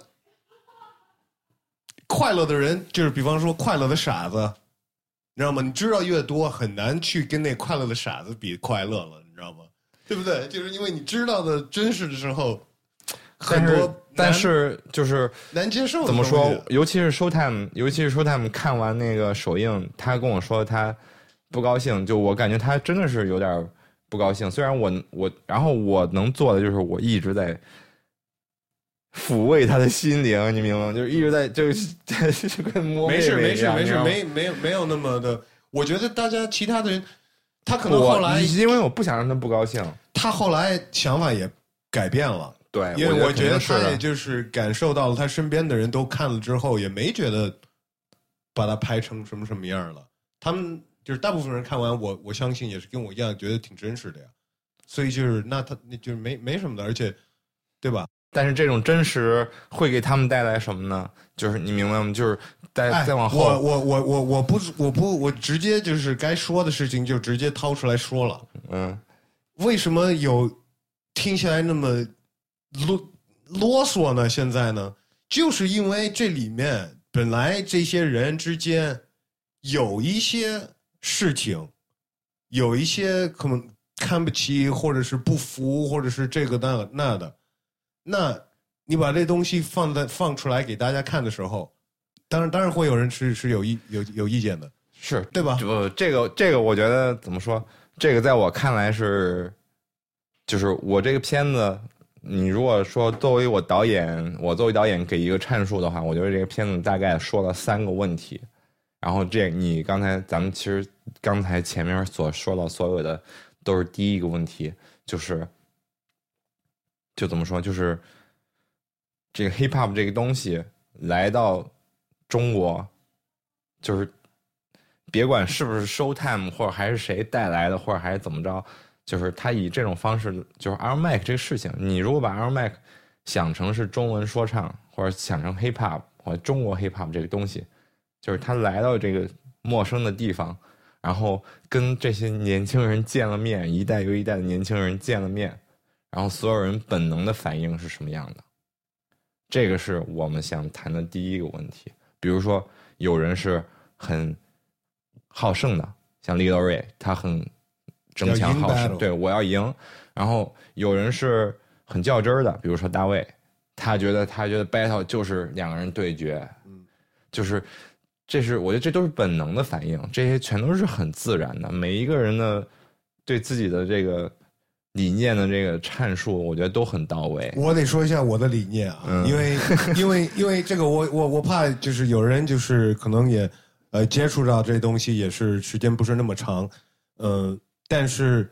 快乐的人，就是比方说快乐的傻子，你知道吗？你知道越多，很难去跟那快乐的傻子比快乐了，你知道吗？对不对？就是因为你知道的真实的时候，很多但是就是难接受。 怎么说？尤其是 Showtime， 尤其是 Showtime 看完那个首映，他跟我说他不高兴，就我感觉他真的是有点不高兴。虽然我我，然后我能做的就是我一直在抚慰他的心灵，你明白吗？就是一直在就是就跟摸妹妹一样。 没事没事没事，没没有没有那么的。我觉得大家其他的人，他可能后来因为我不想让他不高兴， 他后来想法也改变了。 对， 因为我觉得他也就是感受到了，他身边的人都看了之后，也没觉得把他拍成什么什么样了。他们就是大部分人看完，我我相信也是跟我一样，觉得挺真实的呀。所以就是那他那就是没没什么的，而且对吧？ 但是这种真实会给他们带来什么呢？就是你明白吗？就是再、哎、再往后， 我我我我我不我不我直接就是该说的事情就直接掏出来说了。 嗯， 为什么有听起来那么啰啰嗦呢？现在呢，就是因为这里面本来这些人之间有一些事情，有一些可能看不起，或者是不服，或者是这个那那的。那你把这东西放在放出来给大家看的时候，当然当然会有人是是有意有有意见的， 是对吧？ 不，这个这个我觉得怎么说？这个在我看来是，就是我这个片子。你如果说作为我导演，我作为导演给一个阐述的话，我觉得这个片子大概说了三个问题。然后这你刚才咱们其实刚才前面所说到所有的都是第一个问题，就是就怎么说，就是这个 hip hop 这个东西来到中国，就是别管是不是 Showtime 或者还是谁带来的，或者还是怎么着。就是他以这种方式，就是 Iron Mike 这个事情，你如果把 Iron Mike 想成是中文说唱，或者想成 hip hop 或者中国 hip hop 这个东西，就是他来到这个陌生的地方，然后跟这些年轻人见了面，一代又一代的年轻人见了面，然后所有人本能的反应是什么样的？这个是我们想谈的第一个问题。比如说，有人是很好胜的，像 Lil Ray， 他很争强好胜，对，我要赢。然后有人是很较真儿的，比如说大卫，他觉得他觉得 battle 就是两个人对决，嗯，就是这是我觉得这都是本能的反应，这些全都是很自然的。每一个人的对自己的这个理念的这个阐述，我觉得都很到位。 我得说一下我的理念啊，嗯、因为因为因为这个我我我怕就是有人就是可能也呃接触到这东西也是时间不是那么长，嗯、呃。但是，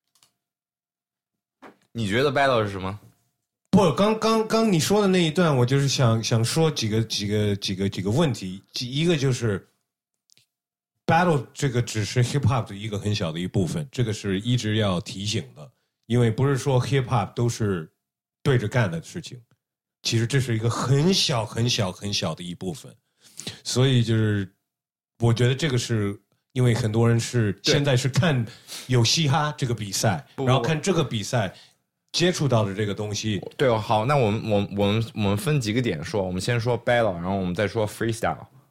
你觉得 battle 是什么？ 不，刚刚刚你说的那一段，我就是想想说几个几个几个几个问题。一个就是 battle 这个只是 hip hop 的一个很小的一部分，这个是一直要提醒的，因为不是说 hip hop 都是对着干的事情，其实这是一个很小很小很小的一部分，所以就是我觉得这个是。因为很多人是现在是看有嘻哈这个比赛，然后看这个比赛接触到的这个东西。 对，好，那我们我我们我们分几个点说，我们先说 battle， 然后我们再说 freestyle。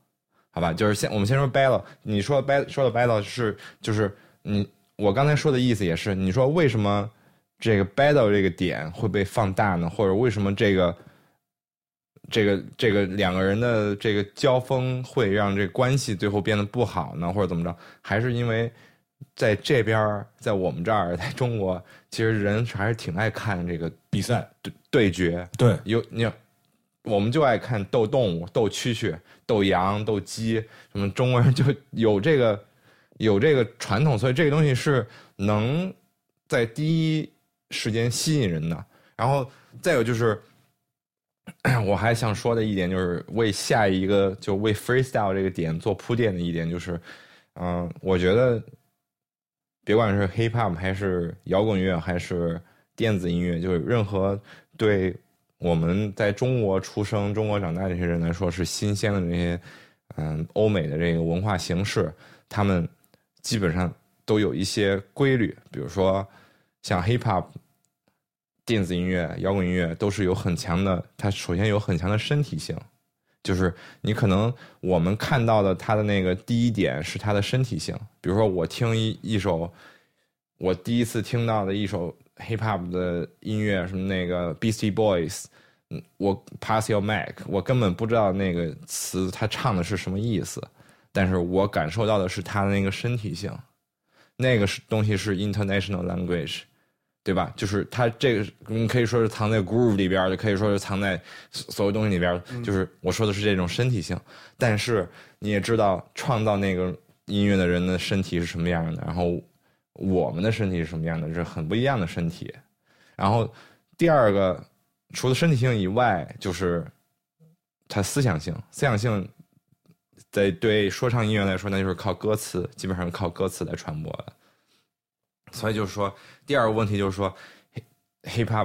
好吧？就是先我们先说 battle， 你说 battle 说的 battle 是就是你我刚才说的意思也是，你说为什么这个 battle 这个点会被放大呢？或者为什么这个这个这个两个人的这个交锋会让这个关系最后变得不好呢？或者怎么着？还是因为在这边，在我们这儿，在中国，其实人还是挺爱看这个比赛对对决。 对， 有你，我们就爱看斗动物、斗蛐蛐、斗羊、斗鸡，什么中国人就有这个有这个传统，所以这个东西是能在第一时间吸引人的。然后再有就是，我还想说的一点就是为下一个就为 freestyle 这个点做铺垫的一点就是，嗯、呃，我觉得。别管是 hip hop 还是摇滚乐还是电子音乐，就是任何对我们在中国出生、中国长大这些人来说是新鲜的这些，嗯，欧美的这个文化形式，他们基本上都有一些规律。比如说像 hip hop、电子音乐、摇滚音乐，都是有很强的，它首先有很强的身体性。就是你可能我们看到的它的那个第一点是它的身体性，比如说我听一一首，我第一次听到的一首 hip hop 的音乐，什么那个 Beastie Boys， 我 Pass Your Mac， 我根本不知道那个词它唱的是什么意思，但是我感受到的是它的那个身体性，那个是东西是 international language。对吧？就是它这个，你可以说是藏在 groove 里边，就可以说是藏在所有东西里边。嗯、就是我说的是这种身体性，但是你也知道，创造那个音乐的人的身体是什么样的，然后我们的身体是什么样的，是很不一样的身体。然后第二个，除了身体性以外，就是它思想性。思想性在对说唱音乐来说，那就是靠歌词，基本上靠歌词来传播的。所以就是说，第二个问题就是说 ，hip hop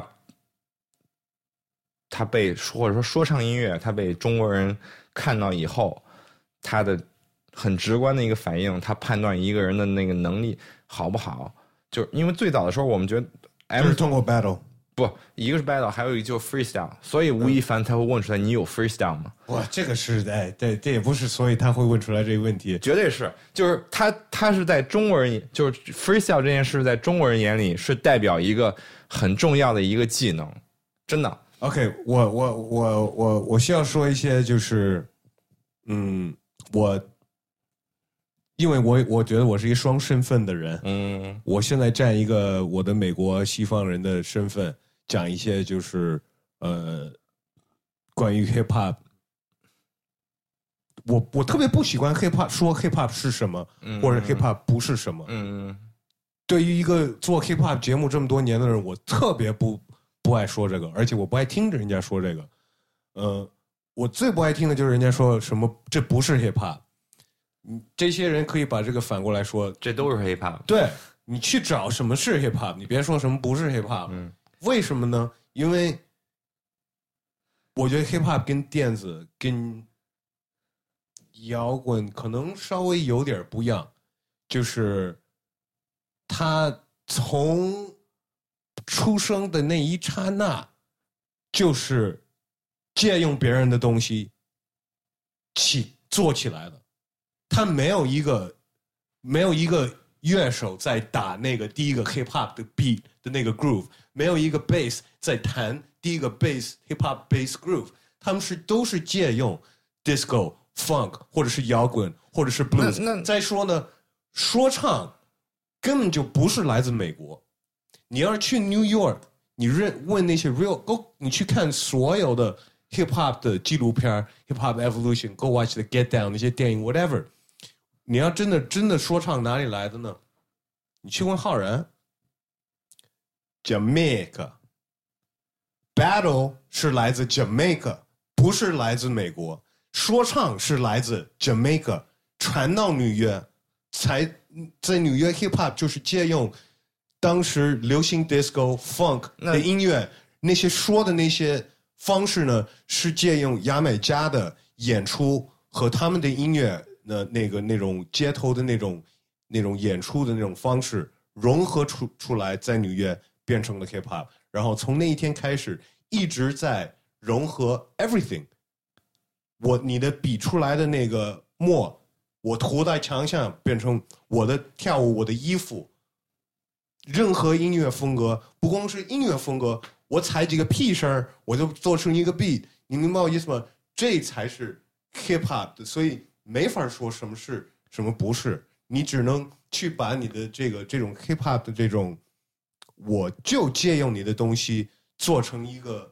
它被或者说说唱音乐，它被中国人看到以后，它的很直观的一个反应，他判断一个人的那个能力好不好，就是因为最早的时候，我们觉得 M 就是通过 battle， 不，一个是 battle， 还有一个就是 freestyle， 所以吴亦凡才会问出来你有 freestyle 吗？ 哇，这个是哎，对，这也不是，所以他会问出来这个问题， 绝对是，就是他他是在中国人，就是 freestyle 这件事在中国人眼里是代表一个很重要的一个技能，真的。 OK， 我我我我我需要说一些，就是嗯，我因为我我觉得我是一个双身份的人， 嗯， 我现在占一个我的美国西方人的身份，讲一些就是呃关于 hip hop。我我特别不喜欢 hip hop 说 hip hop 是什么， 嗯、 或者 hip hop 不是什么。 嗯， 对于一个做 hip hop 节目这么多年的人，我特别不不爱说这个，而且我不爱听着人家说这个。呃，我最不爱听的就是人家说什么这不是 hip hop。这些人可以把这个反过来说， 这都是 hip hop。 对，你去找什么是 hip hop， 你别说什么不是 hip hop。 嗯， 为什么呢？因为我觉得 hip hop 跟电子跟摇滚可能稍微有点不一样，就是他从出生的那一刹那，就是借用别人的东西起做起来的。他没有一个没有一个乐手在打那个第一个 hip hop 的 beat 的那个 groove， 没有一个 bass 在弹第一个 bass hip hop bass groove， 他们是都是借用 disco、funk 或者是摇滚或者是 blues。那再说呢，说唱根本就不是来自美国。你要是去 New York， 你认问那些 real， go 你去看所有的 hip hop 的纪录片 ，hip hop evolution，go watch the Get Down 那些电影 whatever。你要真的真的说唱哪里来的呢？你去问浩然 ，Jamaica Battle 是来自 Jamaica， 不是来自美国。说唱是来自 Jamaica， 传到纽约，才在纽约 hip hop 就是借用当时流行 disco、funk 的音乐，那些说的那些方式呢，是借用牙买加的演出和他们的音乐。那那个那种街头的那种那种演出的那种方式融合出出来，在纽约变成了 hip hop， 然后从那一天开始一直在融合 everything。我你的比出来的那个墨，我涂在墙上变成我的跳舞，我的衣服。任何音乐风格，不光是音乐风格，我踩几个屁声我就做成一个 beat， 你明白我意思吗？这才是 hip hop 的，所以没法说什么是什么不是，你只能去把你的这个这种 hip hop 的这种，我就借用你的东西做成一个，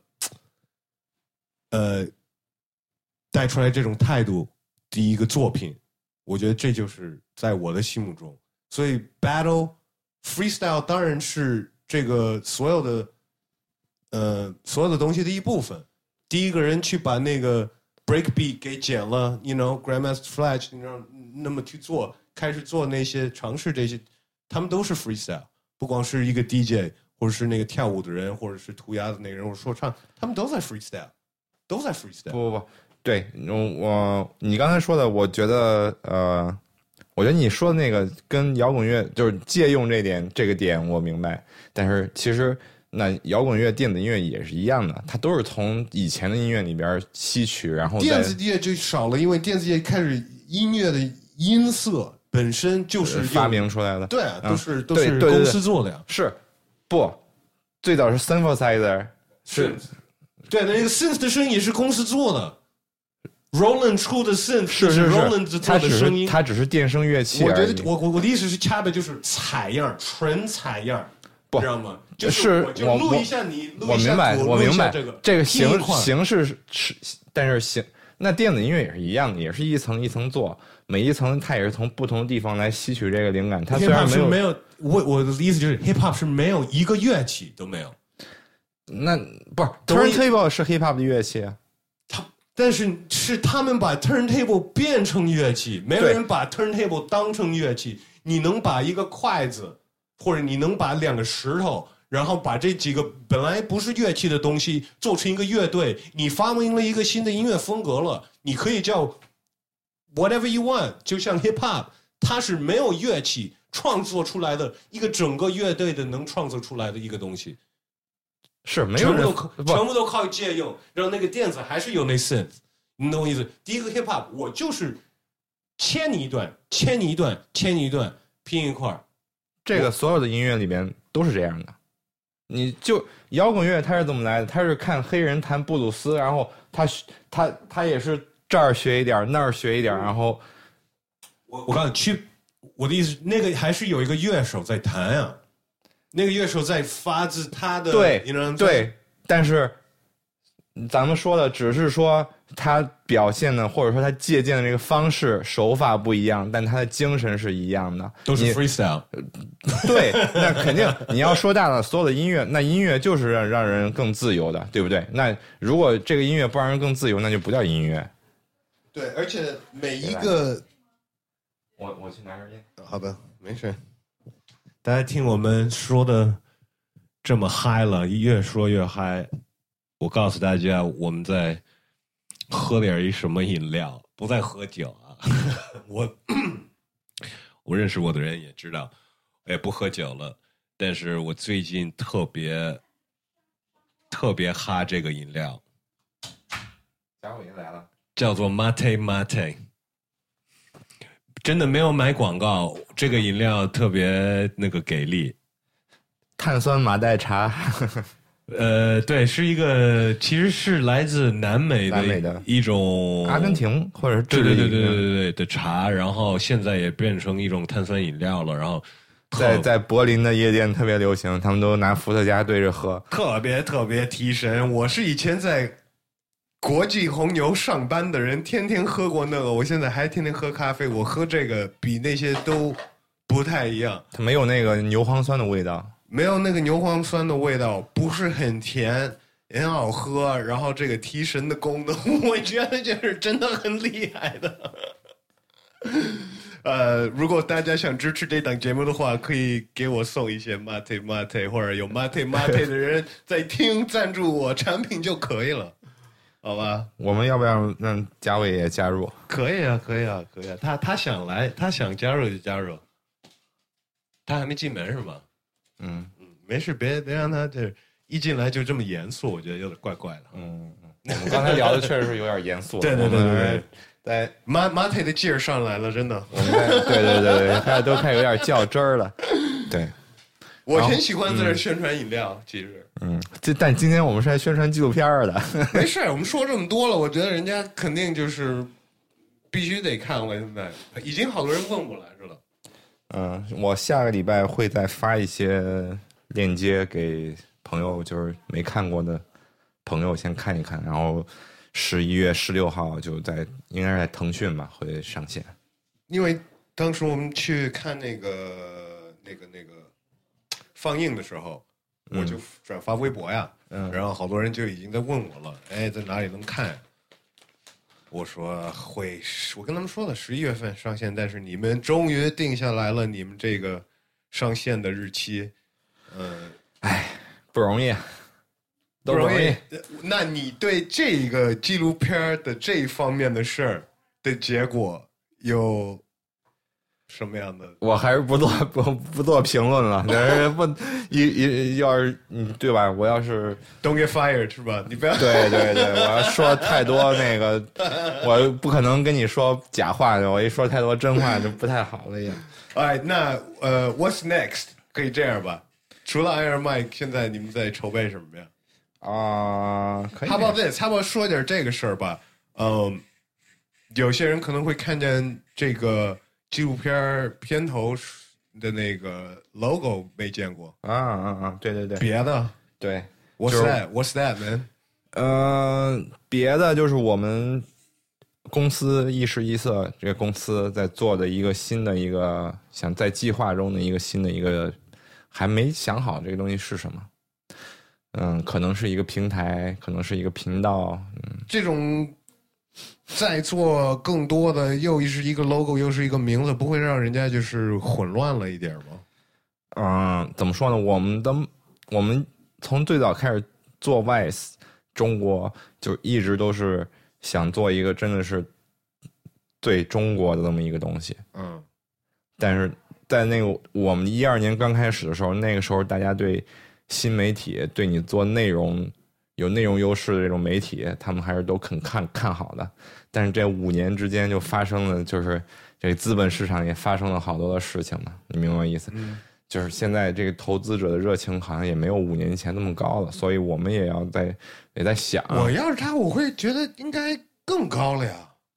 呃，带出来这种态度的一个作品，我觉得这就是在我的心目中，所以 battle freestyle 当然是这个所有的，呃，所有的东西的一部分。第一个人去把那个 breakbeat 给剪了 ，you know Grandmaster Flash， 你知道那么去做，开始做那些尝试这些，他们都是 freestyle， 不光是一个 D J， 或者是那个跳舞的人，或者是涂鸦的那个人，或者说唱，他们都在 freestyle， 都在 freestyle。 不不不，对我你刚才说的，我觉得呃，我觉得你说的那个跟摇滚乐就是借用这点这个点我明白，但是其实。那摇滚乐、电子音乐也是一样的，它都是从以前的音乐里边吸取，然后电子乐就少了，因为电子乐开始音乐的音色本身就是发明出来的， 对啊， 嗯、 都是都是公司做的呀。 是，不，最早是 synthesizer， 是，对，那个 synth 的声音也是公司做的。Roland 出的 synth 是是是 Roland 做的声音， 它只是电声乐器。 我觉得我我我的意思是，差别就是采样，纯采样。 不知道吗？就是我就录一下你， 我明白，我明白这个这个形形式是，但是形那电子音乐也是一样的，也是一层一层做，每一层它也是从不同的地方来吸取这个灵感。它虽然没有没有，我我的意思就是 hip hop 是没有一个乐器都没有。 那不是 turntable 是 hip hop 的乐器啊？ 他但是是他们把 turntable 变成乐器，没有人把 turntable 当成乐器。你能把一个筷子。或者你能把两个石头，然后把这几个本来不是乐器的东西做成一个乐队，你发明了一个新的音乐风格了，你可以叫 whatever you want， 就像 hip hop， 它是没有乐器创作出来的一个整个乐队的能创作出来的一个东西， 是没有人全部都全部都靠借用，然后那个电子还是有那 synth， 你懂我意思？第一个 hip hop 我就是牵你一段，牵你一段，牵你一段，拼一块儿。 这个所有的音乐里边都是这样的，你就摇滚乐它是怎么来的？他是看黑人弹布鲁斯，然后他他他也是这儿学一点，那儿学一点，然后我我告诉你，去我的意思，那个还是有一个乐手在弹啊，那个乐手在发自他的对你知道对，但是咱们说的只是说他表现的或者说他借鉴的这个方式手法不一样，但他的精神是一样的， 都是 freestyle。 对，那肯定你要说大了，所有的音乐，那音乐就是让让人更自由的，对不对？那如果这个音乐不让人更自由，那就不叫音乐。 对，而且每一个， 我我去拿根烟。 好的，没事。大家听我们说的这么嗨了，越说越嗨。我告诉大家，我们在喝点一什么饮料，不在喝酒啊。我我认识我的人也知道，我也不喝酒了。但是我最近特别特别哈这个饮料， 家伙也来了， 叫做 Mate Mate。真的没有买广告，这个饮料特别那个给力， 碳酸马黛茶。 呃，对，是一个，其实是来自南美的南美的一种阿根廷或者是智利对对对对对对的茶，然后现在也变成一种碳酸饮料了，然后在在柏林的夜店特别流行，他们都拿伏特加对着喝， 特别特别提神。我是以前在国际红牛上班的人，天天喝过那个，我现在还天天喝咖啡，我喝这个比那些都不太一样， 它没有那个牛磺酸的味道。 没有那个牛磺酸的味道，不是很甜，很好喝，然后这个提神的功能，我觉得就是真的很厉害的。呃，如果大家想支持这档节目的话，可以给我送一些 mate mate， 或者有 mate mate 的人在听赞助我产品就可以了，好吧？ 我们要不要让嘉伟也加入？ 可以啊，可以啊，可以啊。他他想来，他想加入就加入。他还没进门是吗？ 嗯嗯，没事，别别让他这一进来就这么严肃，我觉得有点怪怪的。 嗯嗯，我们刚才聊的确实是有点严肃。 对对对对对， 在马马腿的劲儿上来了，真的。 我们在对对对对，开始都开始有点较真儿了。对， 我挺喜欢在这宣传饮料，其实。 嗯，这但今天我们是来宣传纪录片的。 没事，我们说这么多了，我觉得人家肯定就是必须得看了。现在已经好多人问我来着了。 嗯，我下个礼拜会再发一些链接给朋友，就是没看过的朋友先看一看，然后十一月十六号就在应该是在腾讯吧会上线。 因为当时我们去看那个那个那个放映的时候， 嗯、 我就转发微博呀， 嗯， 然后好多人就已经在问我了，哎，在哪里能看？我说会，我跟他们说了，十一月份上线，但是你们终于定下来了，你们这个上线的日期，嗯， 哎，不容易， 不容易。那你对这个纪录片的这一方面的事儿的结果有什么样的？ 我还是不做不不做评论了。但是不一一要是嗯对吧？我要是 don't get fired 是吧？你不要对对对，我要说太多那个，我不可能跟你说假话的。我一说太多真话就不太好了也。 哎，那呃 ，What's next？ 可以这样吧？除了 Iron Mike， 现在你们在筹备什么呀？ 啊、呃，可以。 How about this？ How about 说点这个事儿吧？嗯，有些人可能会看见这个纪录片片头的那个 logo 没见过啊啊啊！对对对， 别的对 ，What's that? What's that, man？ 呃，别的就是我们公司意式一色这个公司在做的一个新的一个想在计划中的一个新的一个，还没想好这个东西是什么。嗯，可能是一个平台，可能是一个频道。嗯， 这种再做更多的，又是一个 logo， 又是一个名字，不会让人家就是混乱了一点吗？ 嗯，怎么说呢？我们的我们从最早开始做 Vice 中国，就一直都是想做一个真的是最中国的这么一个东西。 嗯， 但是在那个我们一二年刚开始的时候，那个时候大家对新媒体，对你做内容有内容优势的这种媒体，他们还是都肯看看好的。但是这五年之间就发生了，就是这个资本市场也发生了好多的事情嘛，你明白我意思？ 嗯， 就是现在这个投资者的热情好像也没有五年前那么高了，所以我们也要在也在想， 我要是他，我会觉得应该更高了呀。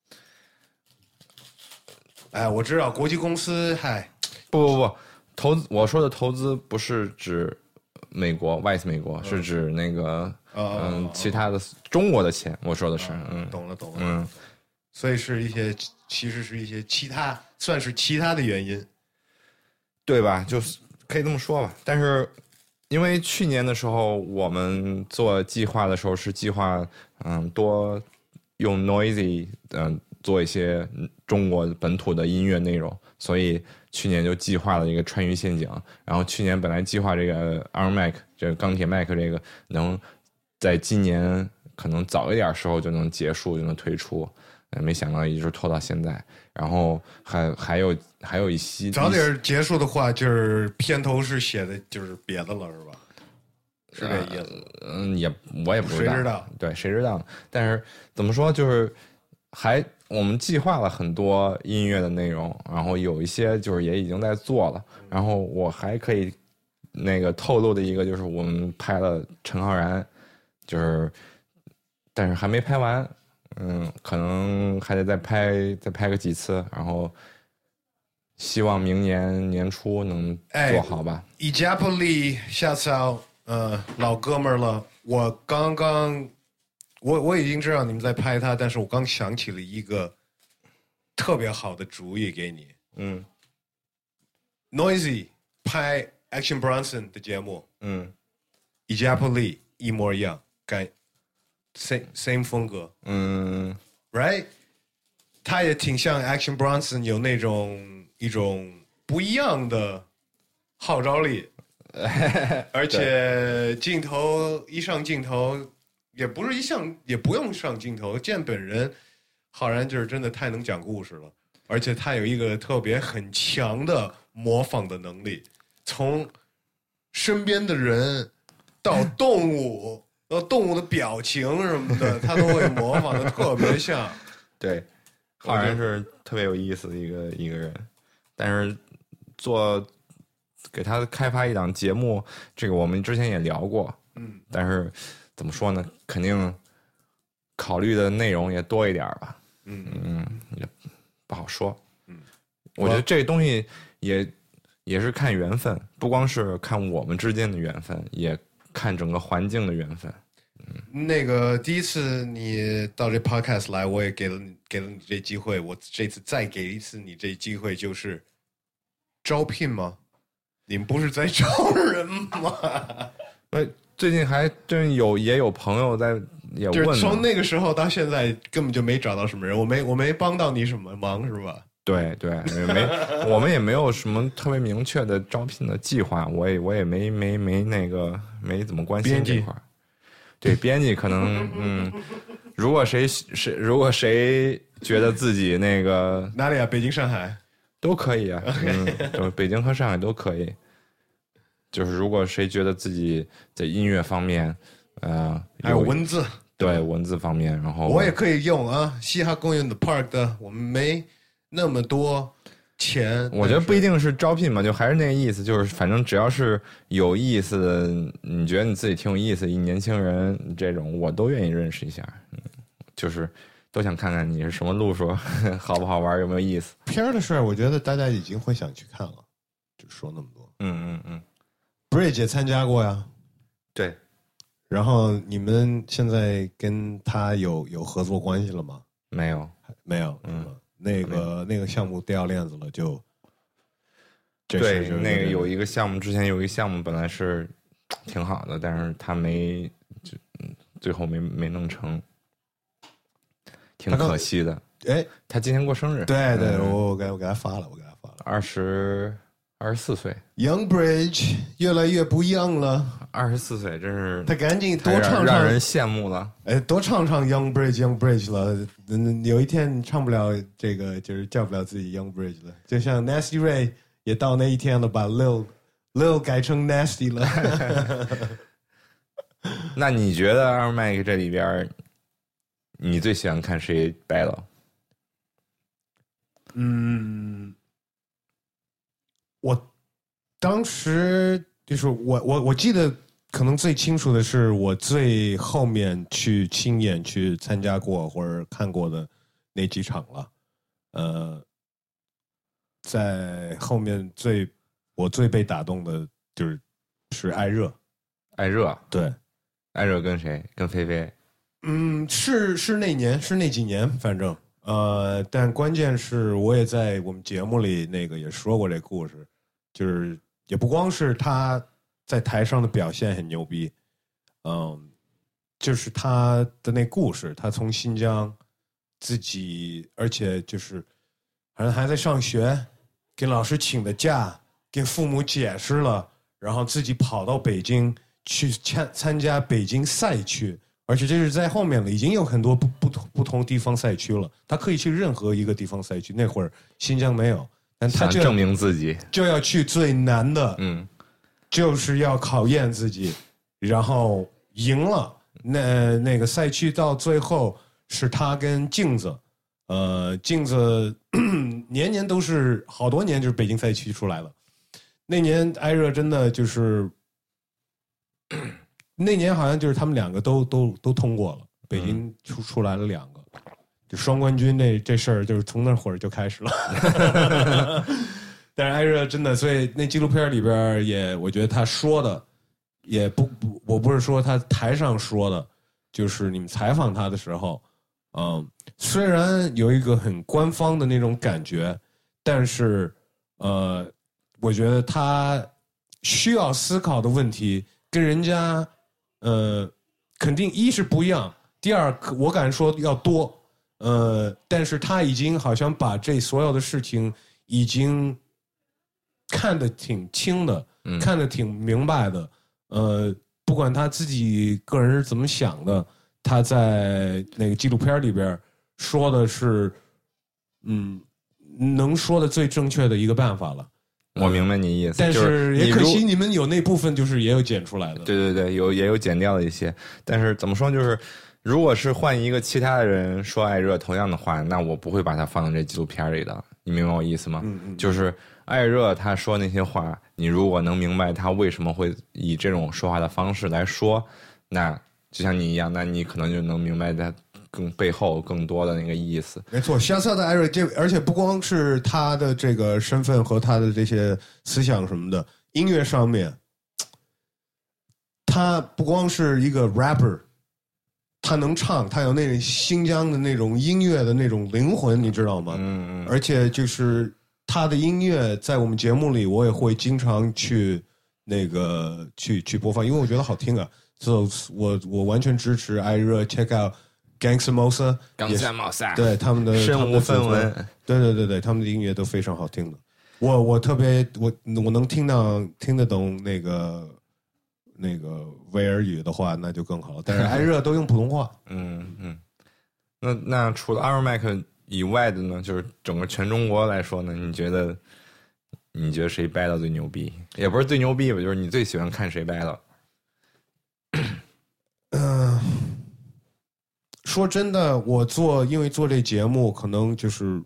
哎，我知道国际公司，嗨， 不不不，投资我说的投资不是指美国外资美国，是指那个嗯嗯其他的中国的钱，我说的是嗯， 懂了懂了， 嗯， 所以是一些其实是一些其他，算是其他的原因， 对吧？就是可以这么说吧。但是因为去年的时候我们做计划的时候是计划嗯多用 Noisy 嗯做一些中国本土的音乐内容，所以去年就计划了一个穿越陷阱。然后去年本来计划这个 Iron Mac 这个钢铁麦克这个能在今年可能早一点时候就能结束就能推出，没想到一直拖到现在。然后还还有还有一些早点结束的话，就是片头是写的就是别的了，是吧？是这意思？ 嗯，也我也不知道， 谁知道？ 对，谁知道？但是怎么说，就是还我们计划了很多音乐的内容，然后有一些就是也已经在做了。然后我还可以那个透露的一个就是我们拍了陈浩然，就是但是还没拍完。嗯，可能还得再拍再拍个几次，然后希望明年年初能做好吧。 以加布利下草，呃，老哥们儿了。我刚刚，我我已经知道你们在拍他，但是我刚想起了一个特别好的主意给你。 嗯 ，Noisy 拍 Action Bronson 的节目， 嗯， 以加布利一模一样，改。same same 风格， 嗯 ，right， 他也挺像 Action Bronson， 有那种一种不一样的号召力，而且镜头一上镜头，也不是一上也不用上镜头，见本人，浩然就是真的太能讲故事了，而且他有一个特别很强的模仿的能力，从身边的人到动物。然后动物的表情什么的，他都会模仿的特别像。 对， 浩然是特别有意思的一个一个人，但是做给他开发一档节目，这个我们之前也聊过， 嗯， 但是怎么说呢？肯定考虑的内容也多一点吧， 嗯嗯，也不好说， 嗯， 我觉得这东西也也是看缘分，不光是看我们之间的缘分，也看整个环境的缘分。 那个第一次你到这 podcast 来，我也给了你给了你这机会，我这次再给一次你这机会，就是招聘吗？你们不是在招人吗？ 呃，最近还真有也有朋友在也问， 就是从那个时候到现在根本就没找到什么人，我没我没帮到你什么忙是吧？ 对对，没我们也没有什么特别明确的招聘的计划，我也我也没没没那个没怎么关心这块。对，编辑可能嗯，如果谁谁如果谁觉得自己那个哪里啊？北京、上海都可以啊，嗯，就北京和上海都可以。就是如果谁觉得自己在音乐方面，呃， 还有文字， 对文字方面，然后我也可以用啊。嘻哈公园的 Park 的，我们没那么多钱， 我觉得不一定是招聘嘛，就还是那个意思，就是反正只要是有意思的，你觉得你自己挺有意思，一年轻人这种，我都愿意认识一下，嗯，就是都想看看你是什么路数，好不好玩，有没有意思。 片儿的事儿，我觉得大家已经会想去看了，就说那么多。 嗯嗯嗯 ，Bridge 也参加过呀， 对。 然后你们现在跟他有有合作关系了吗？ 没有， 没有，嗯。那个那个项目掉链子了就，就对，那个有一个项目，之前有一个项目本来是挺好的，但是他没就最后没没弄成，挺可惜的。 哎， 他今天过生日， 对对，嗯、我我给我给他发了，我给他发了， 二十二十四岁 ，Young Bridge 越来越不一样了。 二十四岁真是他赶紧多唱唱， 让人羡慕了。 哎，多唱唱 Young Bridge Young Bridge 了。嗯，有一天唱不了这个，就是叫不了自己 Young Bridge 了。就像 Nasty Ray 也到那一天了，把 Lil Lil 改成 Nasty 了。 那你觉得二麦克这里边，你最喜欢看谁 battle？ 嗯，我当时就是我我我记得。可能最清楚的是，我最后面去亲眼去参加过或者看过的那几场了。呃，在后面最我最被打动的就是是艾热， 艾热对， 艾热跟谁？跟菲菲？ 嗯，是是那年是那几年，反正呃，但关键是我也在我们节目里那个也说过这故事，就是也不光是他。在台上的表现很牛逼，嗯，就是他的那故事，他从新疆自己，而且就是好像还在上学，跟老师请的假，跟父母解释了，然后自己跑到北京去参参加北京赛区，而且这是在后面了，已经有很多不不同不同地方赛区了，他可以去任何一个地方赛区，那会儿新疆没有，但他就想证明自己， 就要去最难的， 嗯。 就是要考验自己，然后赢了。那那个赛区到最后是他跟镜子，呃，镜子年年都是好多年就是北京赛区出来了。那年艾热真的就是那年好像就是他们两个都都都通过了，北京出出来了两个，就双冠军那这事儿就是从那会儿就开始了。但是艾热真的，所以那纪录片里边也，我觉得他说的也不不，我不是说他台上说的，就是你们采访他的时候，嗯，虽然有一个很官方的那种感觉，但是呃，我觉得他需要思考的问题跟人家呃，肯定一是不一样，第二我敢说要多，呃，但是他已经好像把这所有的事情已经。看得挺清的，嗯、看得挺明白的，呃，不管他自己个人是怎么想的，他在那个纪录片里边说的是，嗯，能说的最正确的一个办法了。 我明白你意思， 但是也可惜你们有那部分就是也有剪出来的。 对对对，有也有剪掉的一些，但是怎么说就是， 如果是换一个其他的人说艾热同样的话，那我不会把他放在这纪录片里的，你明白我意思吗？ 嗯嗯， 就是艾热他说那些话，你如果能明白他为什么会以这种说话的方式来说，那就像你一样，那你可能就能明白他更背后更多的那个意思。 没错，香瑟的艾瑞，这而且不光是他的这个身份和他的这些思想什么的，音乐上面，他不光是一个 rapper， 他能唱，他有那种新疆的那种音乐的那种灵魂，你知道吗？ 嗯嗯。 而且就是他的音乐在我们节目里，我也会经常去那个去去播放，因为我觉得好听啊。所、so, 以我我完全支持艾热 check out。Gangsta Mosa，Gangsta Mosa， 对他们的身无分文， 对对对对，他们的音乐都非常好听的。我我特别我我能听到听得懂那个那个维尔语的话，那就更好。但是艾热都用普通话。 嗯嗯。那那除了阿尔麦克以外的呢，就是整个全中国来说呢，你觉得你觉得谁 battle 最牛逼？也不是最牛逼吧，就是你最喜欢看谁 battle？ 嗯。呃说真的，我做因为做这节目，可能就是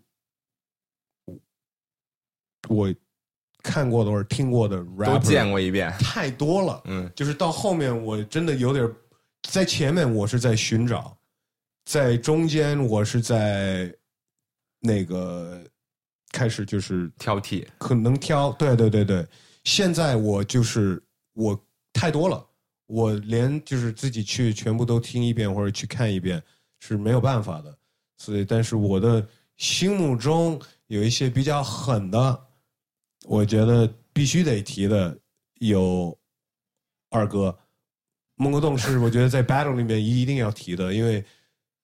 我看过的或者听过的 rapper 都见过一遍， 太多了。 嗯， 就是到后面我真的有点，在前面我是在寻找，在中间我是在那个开始就是挑剔， 可能挑，对对对对。现在我就是我太多了，我连就是自己去全部都听一遍或者去看一遍是没有办法的。所以，但是我的心目中有一些比较狠的，我觉得必须得提的有二哥孟国栋，是我觉得在 battle 里面一定要提的，因为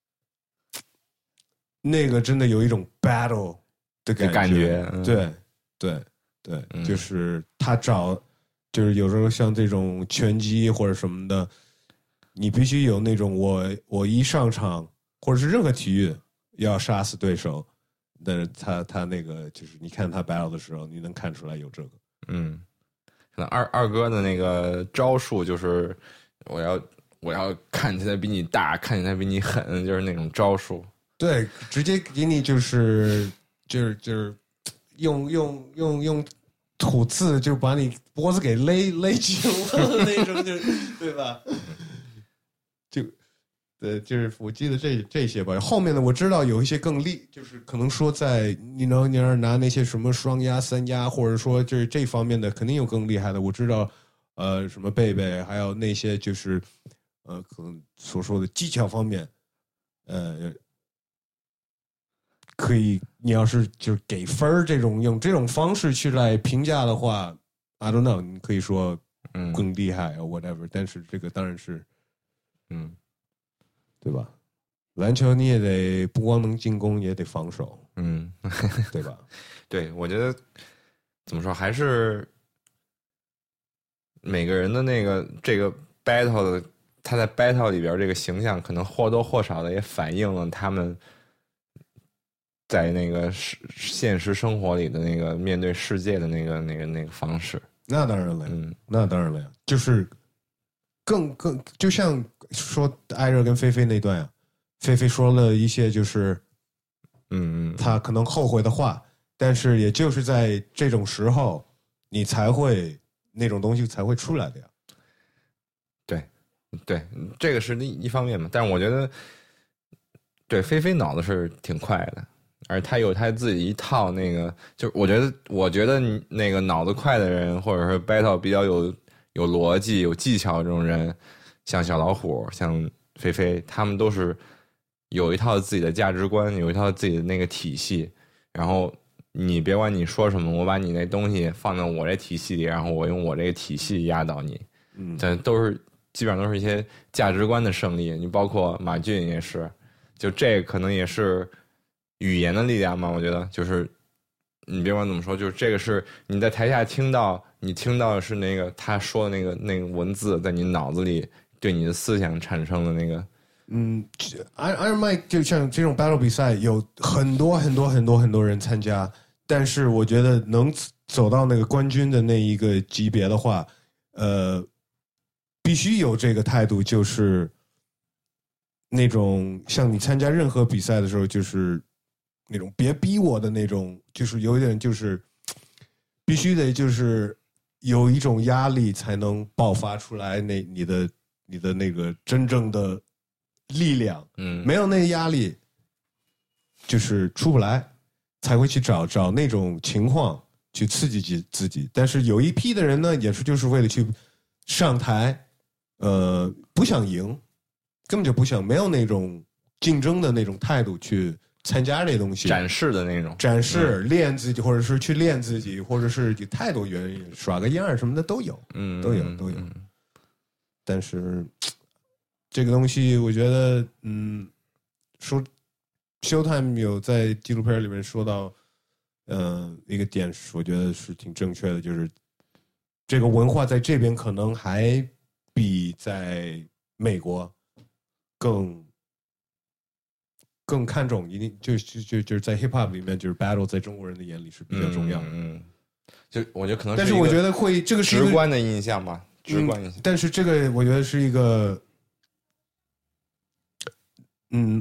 那个真的有一种 battle 的感觉， 感觉嗯、 对对对、 嗯， 就是他找，就是有时候像这种拳击或者什么的，你必须有那种我我一上场或者是任何体育要杀死对手，但是他他那个就是你看他 battle 的时候，你能看出来有这个。 嗯，可能二二哥的那个招数就是我要我要看起来比你大，看起来比你狠，就是那种招数。 对，直接给你就是就是就是用用用用吐字就把你脖子给勒勒紧了那种，就对吧？就对，就是我记得这这些吧。后面的我知道有一些更厉，就是可能说在你能你要拿那些什么双压、三压，或者说就是这方面的，肯定有更厉害的。我知道，呃，什么贝贝，还有那些就是呃，可能所说的技巧方面，呃。可以，你要是就是给分这种用这种方式去来评价的话 ，I don't know， 你可以说更厉害啊、嗯、，whatever。但是这个当然是， 嗯， 对吧？篮球你也得不光能进攻，也得防守， 嗯， 对吧？ 对，我觉得怎么说，还是每个人的那个这个 battle 的，他在 battle 里边这个形象，可能或多或少的也反映了他们。在那个现实生活里的那个面对世界的那个那个那个方式， 那当然了， 嗯， 那当然了呀，就是更更就像说艾热跟菲菲那段呀、啊，菲菲说了一些就是， 嗯嗯， 他可能后悔的话，但是也就是在这种时候，你才会那种东西才会出来的呀。 对，对，这个是一方面嘛，但是我觉得，对菲菲脑子是挺快的。而他有他自己一套那个，就我觉得，我觉得那个脑子快的人，或者是 battle 比较有有逻辑、有技巧这种人，像小老虎、像菲菲，他们都是有一套自己的价值观，有一套自己的那个体系。然后你别管你说什么，我把你那东西放到我这体系里，然后我用我这个体系压倒你。 嗯， 这都是基本上都是一些价值观的胜利。你包括马俊也是，就这可能也是。语言的力量嘛，我觉得就是你别管怎么说，就是这个是你在台下听到，你听到的是那个他说的那个那个文字，在你脑子里对你的思想产生的那个。 嗯 ，Iron Mike 就像这种 battle 比赛，有很多很多很多很多人参加，但是我觉得能走到那个冠军的那一个级别的话，呃，必须有这个态度，就是那种像你参加任何比赛的时候，就是那种别逼我的那种，就是有点就是必须得就是有一种压力才能爆发出来那你的你的那个真正的力量。 嗯， 没有那个压力，就是出不来，才会去找找那种情况去刺激自己。但是有一批的人呢，也是就是为了去上台，呃，不想赢，根本就不想，没有那种竞争的那种态度去参加这东西， 展示的那种， 展示、 嗯、 练自己，或者是去练自己，或者是有太多原因，耍个样什么的都有， 嗯， 都有都有。但是这个东西，我觉得，嗯，说 Showtime 有在纪录片里面说到，呃，一个点，我觉得是挺正确的，就是这个文化在这边可能还比在美国更更看重，一定就就就就是在 hip hop 里面，就是 battle 在中国人的眼里是比较重要的。 嗯，嗯就我觉得可能是， 但是我觉得会这个是直观的印象嘛，直观印象。 嗯、但是这个我觉得是一个，嗯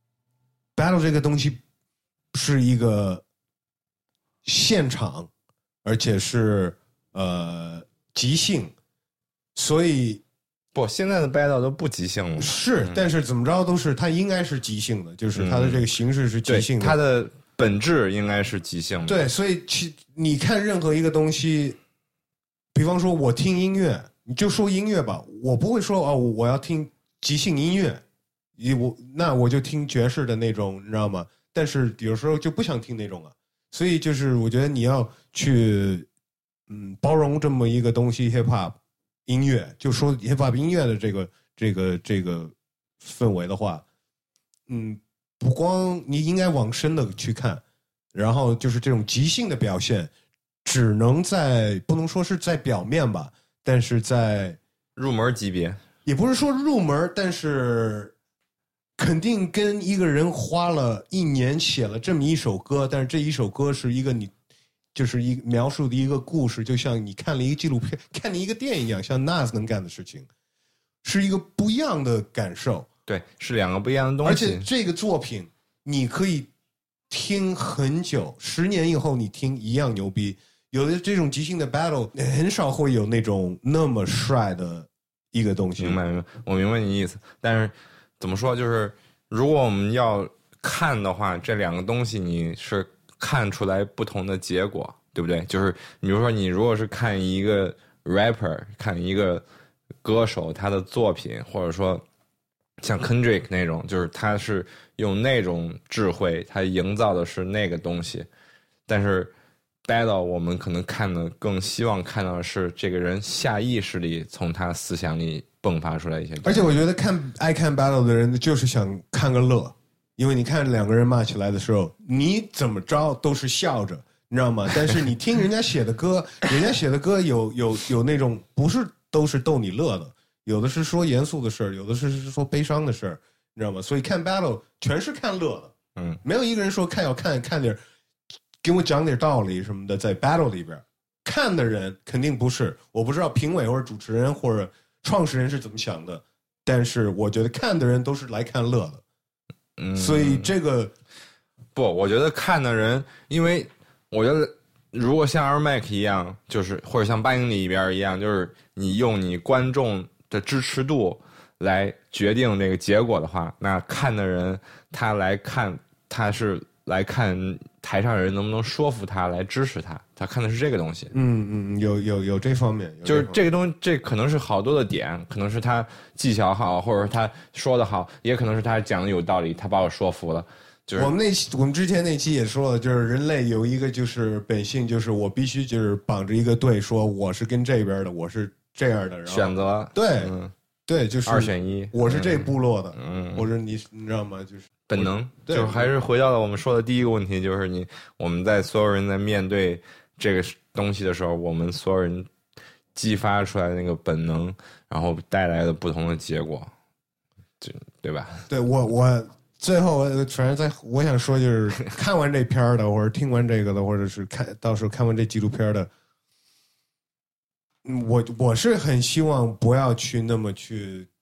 ，battle 这个东西是一个现场，而且是呃即兴，所以不，现在的 battle 都不即兴了。 是，嗯、但是怎么着都是它应该是即兴的，就是它的这个形式是即兴的， 嗯、它的本质应该是即兴的。 对，所以其你看任何一个东西，比方说我听音乐，你就说音乐吧，我不会说哦，我要听即兴音乐，我那我就听爵士的那种，你知道吗？但是有时候就不想听那种了，所以就是我觉得你要去嗯包容这么一个东西 hip hop 音乐，就说 hip hop 音乐的这个这个这个氛围的话，嗯，不光你应该往深的去看，然后就是这种即兴的表现，只能在不能说是在表面吧，但是在入门级别， 也不是说入门，但是肯定跟一个人花了一年写了这么一首歌，但是这一首歌是一个你就是一描述的一个故事，就像你看了一个纪录片，看了一个电影一样，像 Nas 能干的事情，是一个不一样的感受。 对，是两个不一样的东西。 而且这个作品你可以听很久，十年以后你听一样牛逼。有的这种即兴的 battle 很少会有那种那么帅的一个东西。 明白明白，我明白你意思。但是怎么说，就是如果我们要看的话，这两个东西你是看出来不同的结果，对不对？就是比如说你如果是看一个 rapper， 看一个歌手他的作品，或者说像 Kendrick 那种，就是他是用那种智慧，他营造的是那个东西。但是 battle 我们可能看的更希望看到的是这个人下意识里从他思想里迸发出来一些东西。 而且我觉得看爱看 battle 的人就是想看个乐，因为你看两个人骂起来的时候，你怎么着都是笑着，你知道吗？但是你听人家写的歌，人家写的歌有有有那种不是都是逗你乐的，有的是说严肃的事儿，有的是说悲伤的事儿，你知道吗？所以看 battle 全是看乐的， 嗯， 没有一个人说看要看看点给我讲点道理什么的，在 battle 里边看的人肯定不是，我不知道评委或者主持人或者创始人是怎么想的，但是我觉得看的人都是来看乐的， 嗯， 所以这个不，我觉得看的人，因为我觉得如果像 Air Mac 一样，就是或者像八英里一边一样，就是你用你观众的支持度来决定这个结果的话，那看的人他来看，他是来看台上人能不能说服他来支持他，他看的是这个东西。 嗯嗯，有有有这方面，有就是这个东西，这可能是好多的点，可能是他技巧好，或者是他说的好，也可能是他讲的有道理，他把我说服了。就是我们那期我们之前那期也说了，就是人类有一个就是本性，就是我必须就是绑着一个队，说我是跟这边的，我是这样的，然后选择对、 嗯、 对，就是二选一， 我是这部落的， 嗯， 我是你你知道吗？就是本能， 对， 就是还是回到了我们说的第一个问题，就是你我们在所有人在面对这个东西的时候，我们所有人激发出来的那个本能，然后带来的不同的结果，就对吧？ 对我我最后反正在我想说就是看完这片儿的，或者听完这个的，或者是看到时候看完这纪录片的，我我是很希望不要去那么去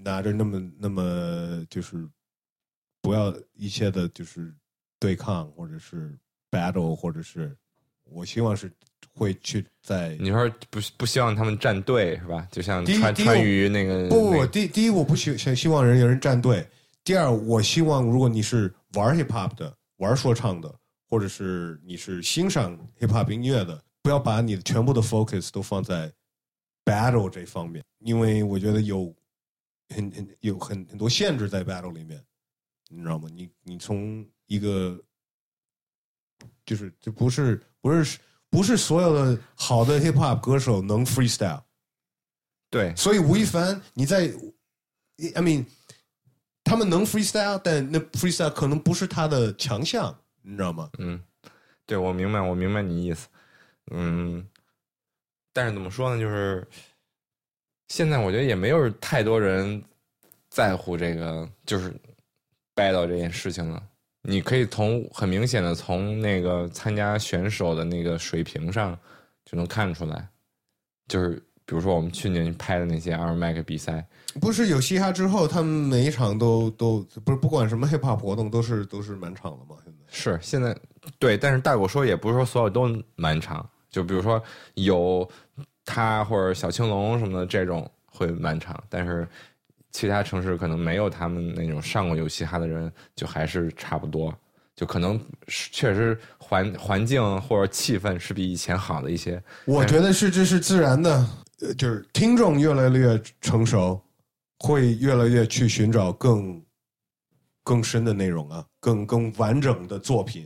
拿着那么那么就是不要一切的就是对抗或者是 battle 或者是我希望是会去在你说不不希望他们站队是吧？就像第一第一川川渝那个不不那个第第一我不希希望人有人站队，第二我希望如果你是玩 hip hop 的玩说唱的，或者是你是欣赏 hip hop 音乐的，不要把你的全部的 focus 都放在 battle 这方面，因为我觉得有很很有很很多限制在 battle 里面，你知道吗？你你从一个就是这不是不是不是所有的好的 hip hop 歌手能 freestyle， 对， 所以吴亦凡你在 I mean 他们能 freestyle， 但那 freestyle 可能不是他的强项，你知道吗？ 嗯，对，我明白，我明白你意思，嗯，但是怎么说呢？就是现在我觉得也没有太多人在乎这个，就是 battle 这件事情了。你可以从很明显的从那个参加选手的那个水平上就能看出来，就是比如说我们去年拍的那些 R M A C 比赛， 不是有嘻哈之后，他们每一场都都不是不管什么 hip hop 活动都是都是满场的嘛？现在是现在对，但是大狗说也不是说所有都满场，就比如说有他或者小青龙什么的这种会满场，但是其他城市可能没有他们那种上过有嘻哈的人，就还是差不多，就可能确实环环境或者气氛是比以前好的一些。 我觉得是这是自然的，呃就是听众越来越成熟，会越来越去寻找更更深的内容啊，更更完整的作品。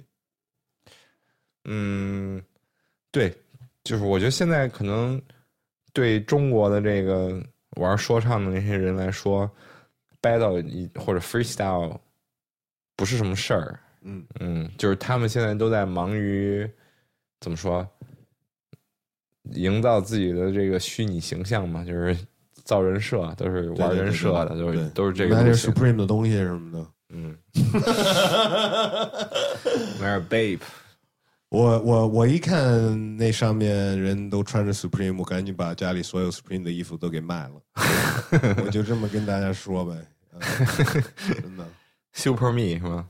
嗯，对，就是我觉得现在可能对中国的这个玩说唱的那些人来说 ，battle 或者 freestyle 不是什么事儿。 嗯嗯，就是他们现在都在忙于怎么说，营造自己的这个虚拟形象嘛，就是造人设，都是玩人设的，都是都是这个买点 Supreme 的东西什么的。 嗯，买点 Bape。 我我我一看那上面人都穿着 Supreme， 我赶紧把家里所有 Supreme 的衣服都给卖了。我就这么跟大家说呗，嗯、真的 Super Me 是吗？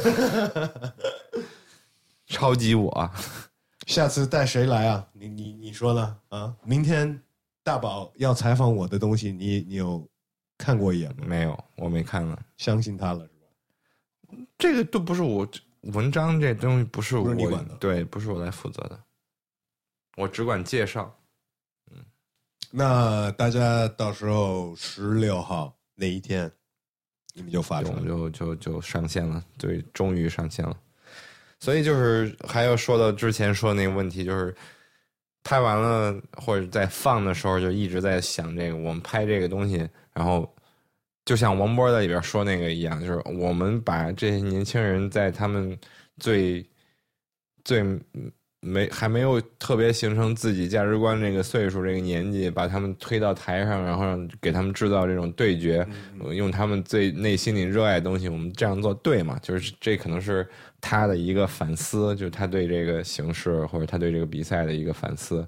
超级我。 下次带谁来啊？你你你说呢？啊，明天大宝要采访我的东西，你你有看过一眼吗？ 没有，我没看了。 相信他了是吧？ 这个都不是我。文章这东西不是我不是你管的， 对，不是我来负责的，我只管介绍。嗯， 那大家到时候十六号那一天，你们就发出来， 就就就上线了，对，终于上线了。所以就是还要说到之前说的那个问题，就是拍完了或者在放的时候，就一直在想这个，我们拍这个东西，然后。就像王波在里边说那个一样，就是我们把这些年轻人在他们最最没还没有特别形成自己价值观这个岁数这个年纪，把他们推到台上，然后让给他们制造这种对决，嗯、用他们最内心里热爱的东西，我们这样做对吗？就是这可能是他的一个反思，就是他对这个形势或者他对这个比赛的一个反思。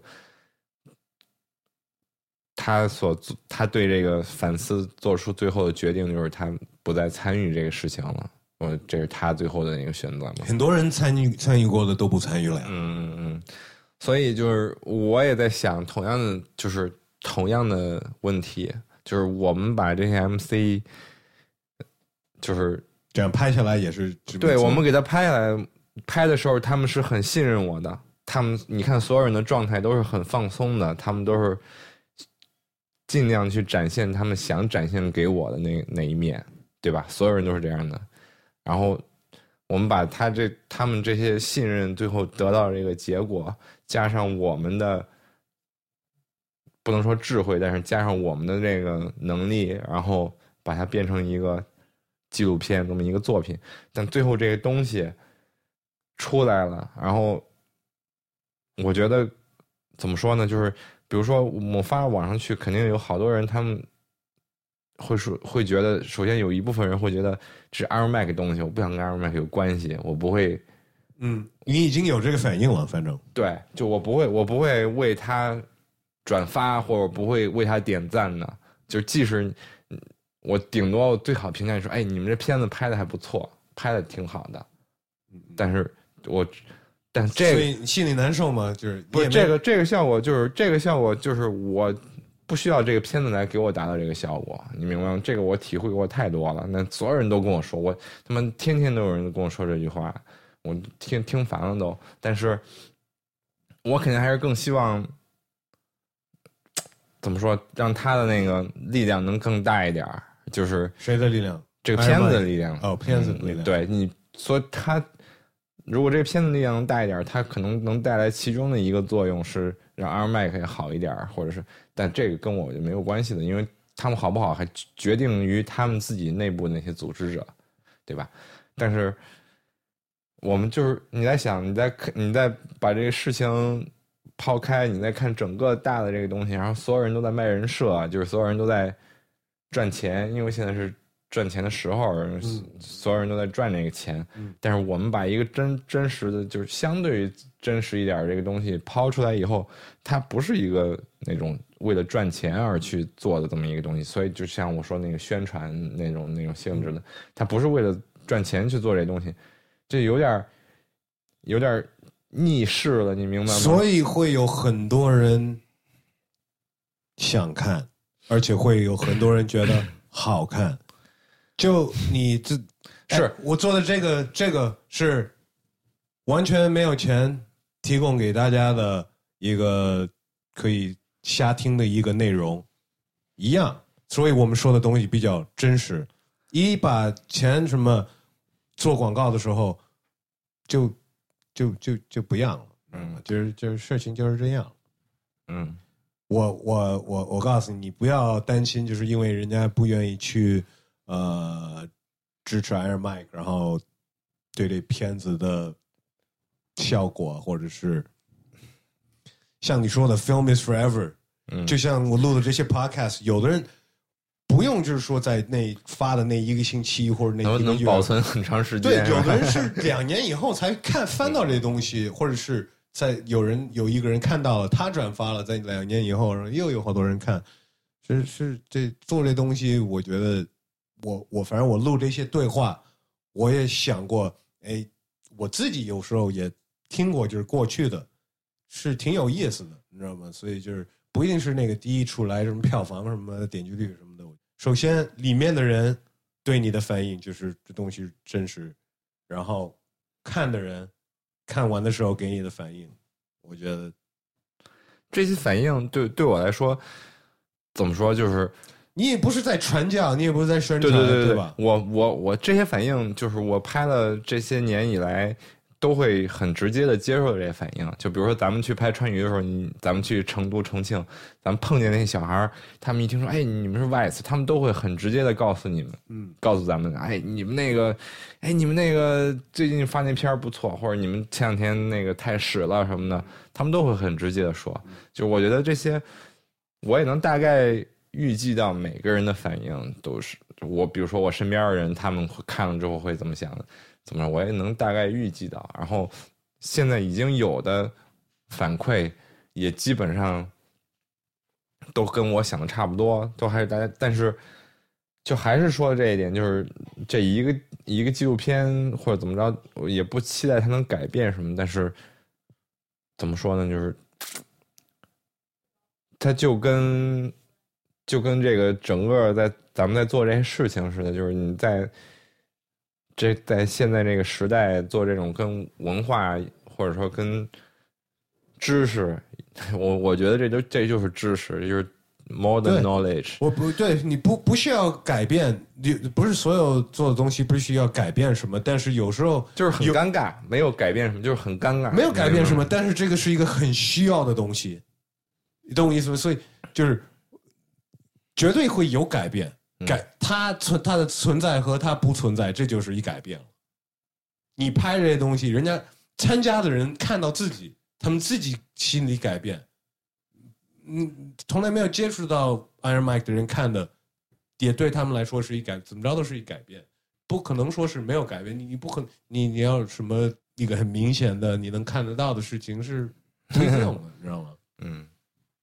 他所他对这个反思做出最后的决定，就是他不再参与这个事情了。我这是他最后的那个选择嘛。 很多人参与参与过的都不参与了呀。 嗯嗯嗯。所以就是我也在想，同样的就是同样的问题，就是我们把这些 M C， 就是这样拍下来也是对，我们给他拍下来，拍的时候他们是很信任我的。他们你看，所有人的状态都是很放松的，他们都是。尽量去展现他们想展现给我的那那一面，对吧？所有人都是这样的。然后我们把他这他们这些信任，最后得到这个结果，加上我们的不能说智慧，但是加上我们的这个能力，然后把它变成一个纪录片这么一个作品。但最后这个东西出来了，然后我觉得怎么说呢？就是。比如说我发到网上去，肯定有好多人，他们会说会觉得，首先有一部分人会觉得这是 Iron Mac 东西，我不想跟 Iron Mac 有关系，我不会。 嗯，你已经有这个反应了，反正对，就我不会，我不会为他转发，或者不会为他点赞的。就即使我顶多我最好评价说，哎，你们这片子拍的还不错，拍的挺好的。但是我，但这个所以你心里难受吗？就是不是这个这个效果，就是这个效果，就是我不需要这个片子来给我达到这个效果，你明白吗？这个我体会过太多了。那所有人都跟我说，我他妈天天都有人跟我说这句话，我听听烦了都。但是我肯定还是更希望。怎么说？让他的那个力量能更大一点，就是谁的力量？ 这个片子的力量。 哦，片子的力量。 嗯、对你，所以他如果这个片子力量能大一点，他可能能带来其中的一个作用是让 Iron Mike 也好一点，或者是，但这个跟我就没有关系的，因为他们好不好还决定于他们自己内部那些组织者，对吧？但是我们就是你在想，你在你在把这个事情。抛开你再看整个大的这个东西，然后所有人都在卖人设，就是所有人都在赚钱，因为现在是赚钱的时候，嗯、所有人都在赚这个钱。嗯、但是我们把一个真真实的，就是相对于真实一点这个东西抛出来以后，它不是一个那种为了赚钱而去做的这么一个东西。所以就像我说那个宣传那种那种性质的，它不是为了赚钱去做这东西，这有点有点。逆势了，你明白吗？ 所以会有很多人想看，而且会有很多人觉得好看。就你这是、 哎、我做的这个，这个是完全没有钱提供给大家的一个可以瞎听的一个内容，一样。所以我们说的东西比较真实。一把钱什么做广告的时候，就。就就就不一样了，嗯，就是就是事情就是这样， 嗯， 我我我我告诉你，你不要担心，就是因为人家不愿意去呃支持 Iron Mike， 然后对这片子的效果，或者是像你说的 Film is forever，嗯，就像我录的这些 podcast， 有的人。不用，就是说在那发的那一个星期或者那一个月能保存很长时间。 对，有的人是两年以后才看翻到这东西，或者是在有人有一个人看到了，他转发了，在两年以后又有好多人看。是是，这做这东西，我觉得我我反正我录这些对话，我也想过，哎，我自己有时候也听过，就是过去的，是挺有意思的，你知道吗？所以就是不一定是那个第一出来什么票房什么点击率什么。首先，里面的人对你的反应就是这东西真实，然后看的人看完的时候给你的反应，我觉得这些反应对对我来说，怎么说就是你也不是在传教，你也不是在宣传， 对对对 对, 对吧？ 我我我这些反应就是我拍了这些年以来。都会很直接的接受这些反应，就比如说咱们去拍川渝的时候，你咱们去成都、重庆，咱们碰见那些小孩，他们一听说，哎，你们是 Vice， 他们都会很直接的告诉你们，嗯，告诉咱们，哎，你们那个，哎，你们那个最近发那片不错，或者你们前两天那个太屎了什么的，他们都会很直接的说。就我觉得这些，我也能大概预计到每个人的反应都是，我比如说我身边的人，他们看了之后会怎么想的。怎么着，我也能大概预计到。然后现在已经有的反馈也基本上都跟我想的差不多，都还是大家，但是就还是说这一点，就是这一个一个纪录片或者怎么着，我也不期待它能改变什么，但是怎么说呢，就是它就跟就跟这个整个在咱们在做这些事情似的，就是你在。这在现在这个时代做这种跟文化或者说跟知识，我我觉得这就这就是知识，就是 modern knowledge。 我不对，你不不需要改变，你不是所有做的东西不需要改变什么，但是有时候就是很尴尬，没有改变什么，就是很尴尬， 没有改变什么，但是这个是一个很需要的东西，你懂我意思吗？所以就是绝对会有改变。改它存它的存在和它不存在，这就是一改变了。你拍这些东西，人家参加的人看到自己，他们自己心里改变。嗯，从来没有接触到 Iron Mike 的人看的，也对他们来说是一改，怎么着都是一改变。不可能说是没有改变，你你不可能，你你要什么一个很明显的你能看得到的事情是推动的，你知道吗？ 嗯。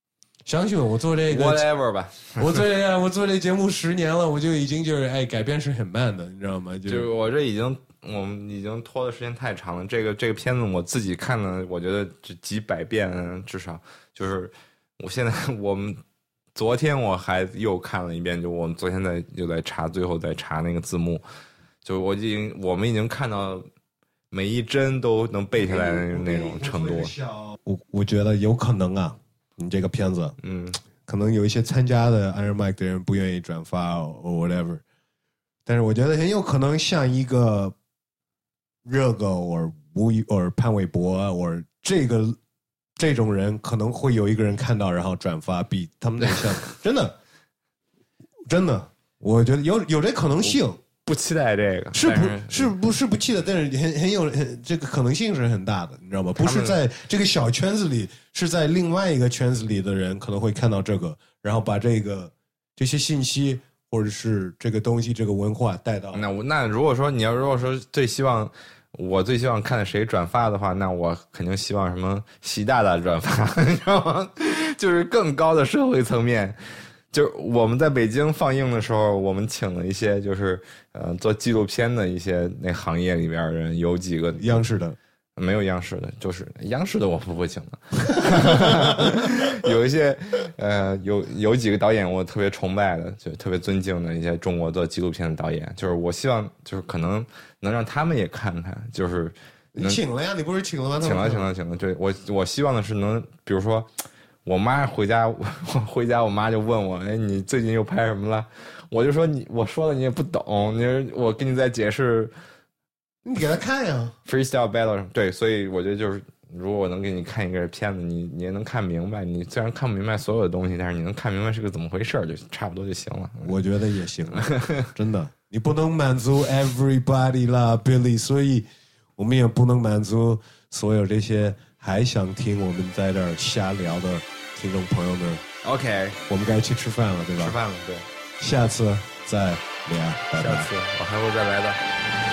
相信我，我做这个 whatever 吧， 我做这个我做这节目十年了，我就已经就是哎，改变是很慢的，你知道吗？就就是我这已经我们已经拖的时间太长了。这个这个片子我自己看了，我觉得这几百遍至少。就是我现在我们昨天我还又看了一遍，就我们昨天在又在查，最后在查那个字幕，就我已经我们已经看到每一帧都能背下来的那种程度。 我我觉得有可能啊，你这个片子， 嗯， 可能有一些参加的 Iron Mike 的人不愿意转发 or whatever， 但是我觉得很有可能像一个热狗 or 吴 or 潘玮柏 or 这个这种人，可能会有一个人看到然后转发，比他们那像真的真的，我觉得有有这可能性。 不期待这个， 是不是不是不期待，但是很很有很这个可能性是很大的，你知道吗？不是在这个小圈子里，是在另外一个圈子里的人可能会看到这个，然后把这个这些信息或者是这个东西这个文化带到。 那我那如果说你要如果说最希望我最希望看谁转发的话，那我肯定希望什么习大大转发，你知道吗？就是更高的社会层面。就是我们在北京放映的时候，我们请了一些就是呃做纪录片的一些那行业里边的人，有几个央视的， 没有央视的，就是央视的我不会请的。有一些呃有有几个导演我特别崇拜的，就特别尊敬的一些中国做纪录片的导演，就是我希望就是可能能让他们也看看，就是你请了呀？你不是请了吗？ 请了请了请了，对我我希望的是能，比如说。我妈回家，我回家，我妈就问我：“哎，你最近又拍什么了？”我就说：“你我说了你也不懂，你我跟你在解释。” 你给他看呀 ，freestyle battle 对，所以我觉得就是，如果我能给你看一个片子，你你也能看明白。你虽然看不明白所有的东西，但是你能看明白是个怎么回事，就差不多就行了。 我觉得也行了，真的，你不能满足 everybody 啦 ，Billy， 所以我们也不能满足所有这些还想听我们在这儿瞎聊的听众朋友们。 OK， 我们该去吃饭了，对吧？ 吃饭了，对， 下次再聊，拜拜。 下次我还会再来的。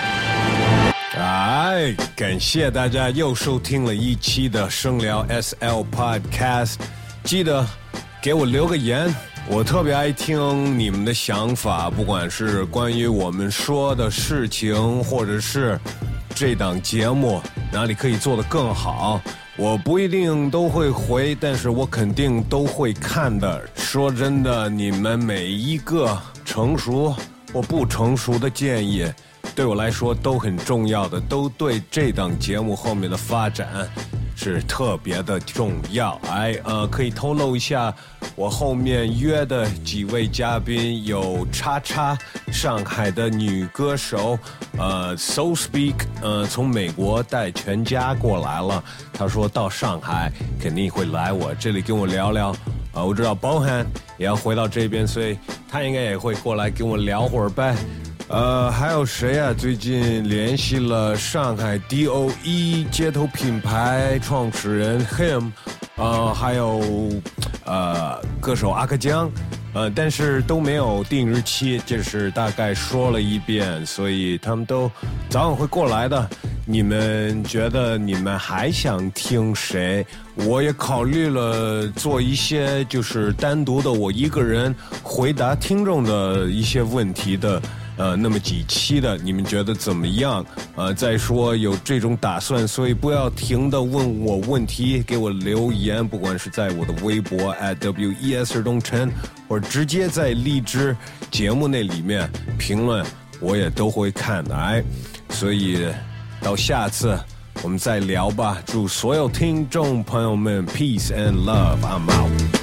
哎，感谢大家又收听了一期的声聊 S L Podcast， 记得给我留个言，我特别爱听你们的想法，不管是关于我们说的事情，或者是这档节目哪里可以做得更好，我不一定都会回，但是我肯定都会看的。说真的，你们每一个成熟或不成熟的建议对我来说都很重要的，都对这档节目后面的发展是特别的重要。哎，呃，可以透露一下，我后面约的几位嘉宾有叉叉上海的女歌手，呃 ，So Speak， 呃，从美国带全家过来了。他说到上海肯定会来我这里跟我聊聊。啊，我知道包涵也要回到这边，所以他应该也会过来跟我聊会儿呗。呃，还有谁啊？最近联系了上海 D O E 街头品牌创始人 Him， 呃，还有呃歌手阿克江，呃，但是都没有定日期，就是大概说了一遍，所以他们都早晚会过来的。你们觉得你们还想听谁？我也考虑了做一些就是单独的我一个人回答听众的一些问题的呃那么几期的，你们觉得怎么样？呃再说有这种打算，所以不要停的问我问题，给我留言，不管是在我的微博 at W E S 尔东陈，或者直接在荔枝节目那里面评论，我也都会看的。哎，所以到下次我们再聊吧，祝所有听众朋友们 peace and love， I'm out。